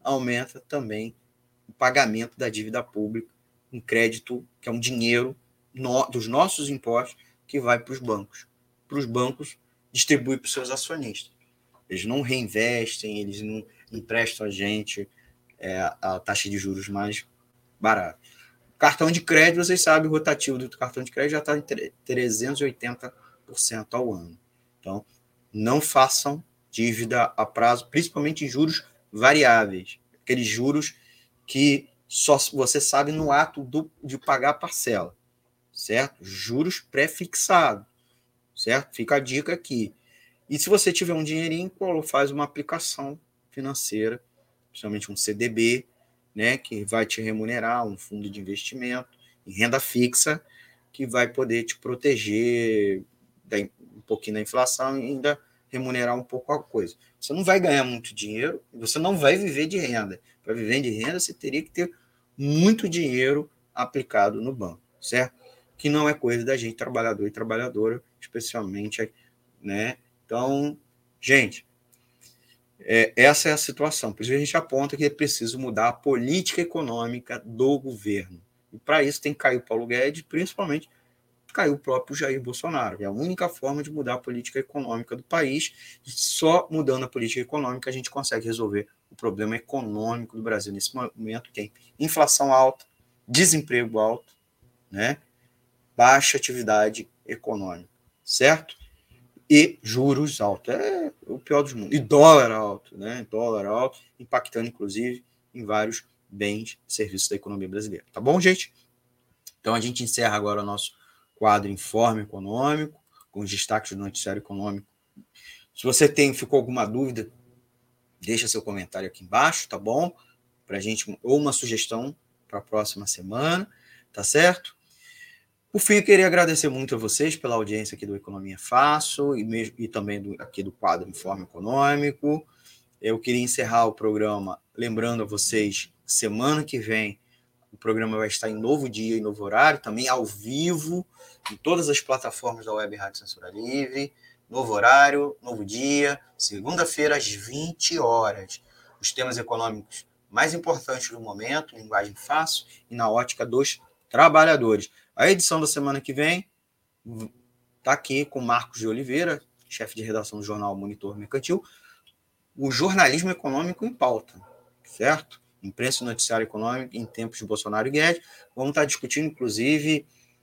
aumenta também o pagamento da dívida pública, um crédito que é um dinheiro no, dos nossos impostos que vai para os bancos. Para os bancos distribuir para os seus acionistas. Eles não reinvestem, eles não emprestam a gente é, a taxa de juros mais barata. Cartão de crédito, vocês sabem, o rotativo do cartão de crédito já está em trezentos e oitenta por cento ao ano. Então, não façam dívida a prazo, principalmente em juros variáveis, aqueles juros que só você sabe no ato do, de pagar a parcela, certo? Juros pré-fixados, certo? Fica a dica aqui. E se você tiver um dinheirinho, faz uma aplicação financeira, principalmente um C D B, né, que vai te remunerar, um fundo de investimento em renda fixa, que vai poder te proteger da, um pouquinho da inflação e ainda remunerar um pouco a coisa. Você não vai ganhar muito dinheiro, você não vai viver de renda. Para viver de renda, você teria que ter muito dinheiro aplicado no banco, certo? Que não é coisa da gente, trabalhador e trabalhadora, especialmente, né? Então, gente, é, essa é a situação. Por isso a gente aponta que é preciso mudar a política econômica do governo. E para isso tem que cair o Paulo Guedes, principalmente caiu o próprio Jair Bolsonaro. É a única forma de mudar a política econômica do país. Só mudando a política econômica a gente consegue resolver o problema econômico do Brasil. Nesse momento tem inflação alta, desemprego alto, né? Baixa atividade econômica, certo? E juros altos. É o pior dos mundos. E dólar alto, né? Dólar alto, impactando, inclusive, em vários bens e serviços da economia brasileira. Tá bom, gente? Então, a gente encerra agora o nosso quadro Informe Econômico, com os destaques do noticiário econômico. Se você tem, ficou alguma dúvida, deixa seu comentário aqui embaixo, tá bom? Pra gente, ou uma sugestão para a próxima semana, tá certo? Por fim, eu queria agradecer muito a vocês pela audiência aqui do Economia Fácil e, mesmo, e também do, aqui do quadro Informe Econômico. Eu queria encerrar o programa lembrando a vocês, semana que vem, o programa vai estar em novo dia e novo horário, também ao vivo, em todas as plataformas da Web Rádio Censura Livre. Novo horário, novo dia, segunda-feira às vinte horas. Os temas econômicos mais importantes do momento, linguagem fácil e na ótica dos trabalhadores. A edição da semana que vem está aqui com Marcos de Oliveira, chefe de redação do jornal Monitor Mercantil, o jornalismo econômico em pauta, certo? Imprensa e noticiário econômico em tempos de Bolsonaro e Guedes. Vamos estar discutindo, inclusive,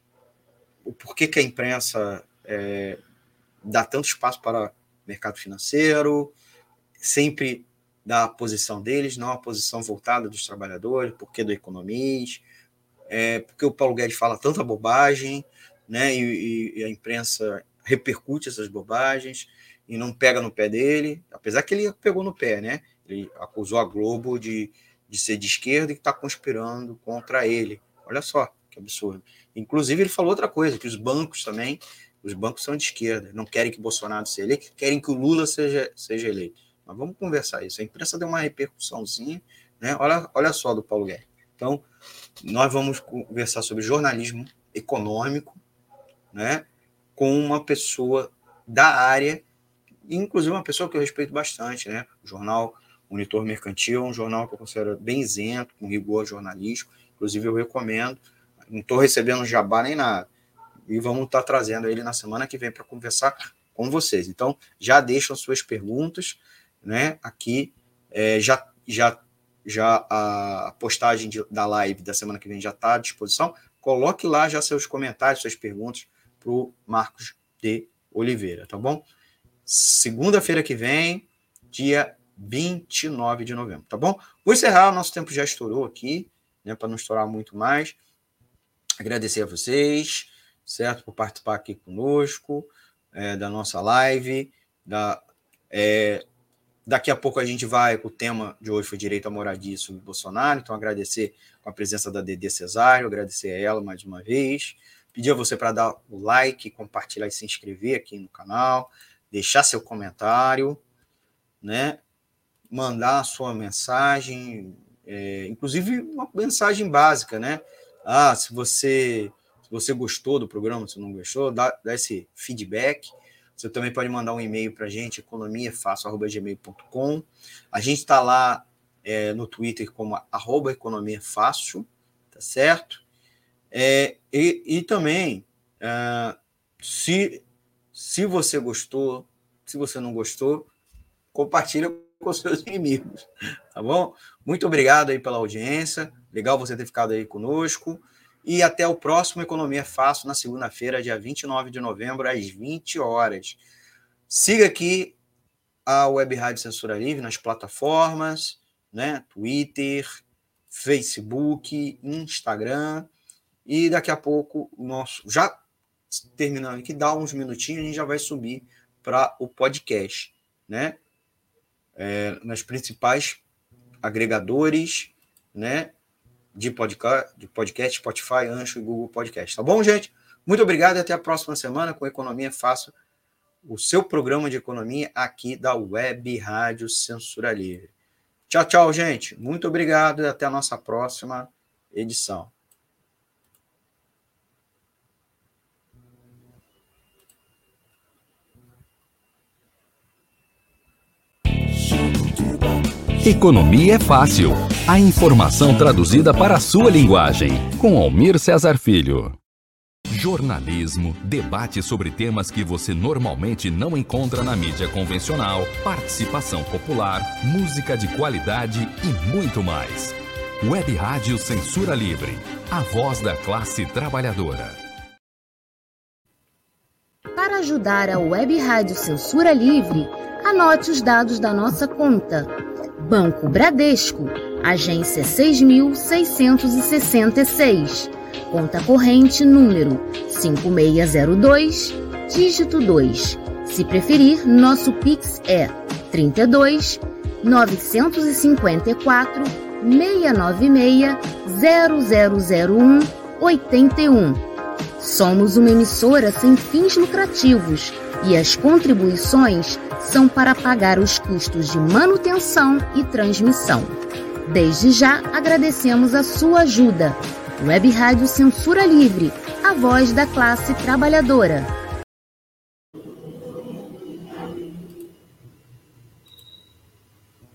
o porquê que a imprensa é, dá tanto espaço para o mercado financeiro, sempre dá a posição deles, não a posição voltada dos trabalhadores, porquê do economista, é, porque o Paulo Guedes fala tanta bobagem, né, e, e a imprensa repercute essas bobagens e não pega no pé dele, apesar que ele pegou no pé, né? Ele acusou a Globo de, de ser de esquerda e que está conspirando contra ele. Olha só que absurdo. Inclusive, ele falou outra coisa, que os bancos também, os bancos são de esquerda, não querem que Bolsonaro seja eleito, querem que o Lula seja, seja eleito. Mas vamos conversar isso. A imprensa deu uma repercussãozinha, né? Olha, olha só do Paulo Guedes. Então, nós vamos conversar sobre jornalismo econômico, né? Com uma pessoa da área, inclusive uma pessoa que eu respeito bastante, né? O jornal Monitor Mercantil é um jornal que eu considero bem isento, com rigor jornalístico, inclusive eu recomendo, não estou recebendo jabá nem nada, e vamos estar trazendo ele na semana que vem para conversar com vocês. Então, já deixam suas perguntas, né? Aqui, é, já, já, já a postagem de, da live da semana que vem já está à disposição, coloque lá já seus comentários, suas perguntas para o Marcos de Oliveira, tá bom? Segunda-feira que vem, dia vinte e nove de novembro, tá bom? Vou encerrar, o nosso tempo já estourou aqui, né, para não estourar muito mais. Agradecer a vocês, certo, por participar aqui conosco, é, da nossa live. Da, é, daqui a pouco a gente vai, o tema de hoje foi direito à moradia sobre Bolsonaro, então agradecer com a presença da Dedê Cesário, agradecer a ela mais uma vez. Pedir a você para dar o like, compartilhar e se inscrever aqui no canal, deixar seu comentário, né? Mandar a sua mensagem, é, inclusive uma mensagem básica, né? Ah, se você, se você gostou do programa, se não gostou, dá, dá esse feedback. Você também pode mandar um e-mail para a gente, economia fácil arroba gmail ponto com. A gente está lá é, no Twitter como arroba Economia Fácil, tá certo? É, e, e também, é, se, se você gostou, se você não gostou, compartilha com seus inimigos, tá bom? Muito obrigado aí pela audiência, legal você ter ficado aí conosco, e até o próximo Economia Fácil, na segunda-feira, dia vinte e nove de novembro, às vinte horas. Siga aqui a Web Rádio Censura Livre nas plataformas, né? Twitter, Facebook, Instagram, e daqui a pouco, o nosso, já terminando aqui, dá uns minutinhos, a gente já vai subir para o podcast, né? É, nas principais agregadores, né, de podcast, de podcast, Spotify, Ancho e Google Podcast. Tá bom, gente? Muito obrigado e até a próxima semana com Economia Fácil, o seu programa de economia aqui da Web Rádio Censura Livre. Tchau, tchau, gente. Muito obrigado e até a nossa próxima edição. Economia é fácil. A informação traduzida para a sua linguagem. Com Almir Cesar Filho. Jornalismo, debate sobre temas que você normalmente não encontra na mídia convencional, participação popular, música de qualidade e muito mais. Web Rádio Censura Livre. A voz da classe trabalhadora. Para ajudar a Web Rádio Censura Livre, anote os dados da nossa conta. Banco Bradesco, agência seis mil seiscentos e sessenta e seis, conta corrente número cinco seis zero dois, dígito dois. Se preferir, nosso Pix é trinta e dois, novecentos e cinquenta e quatro, seiscentos e noventa e seis, zero zero zero um, oitenta e um. Somos uma emissora sem fins lucrativos e as contribuições são para pagar os custos de manutenção e transmissão. Desde já agradecemos a sua ajuda. Web Rádio Censura Livre, a voz da classe trabalhadora.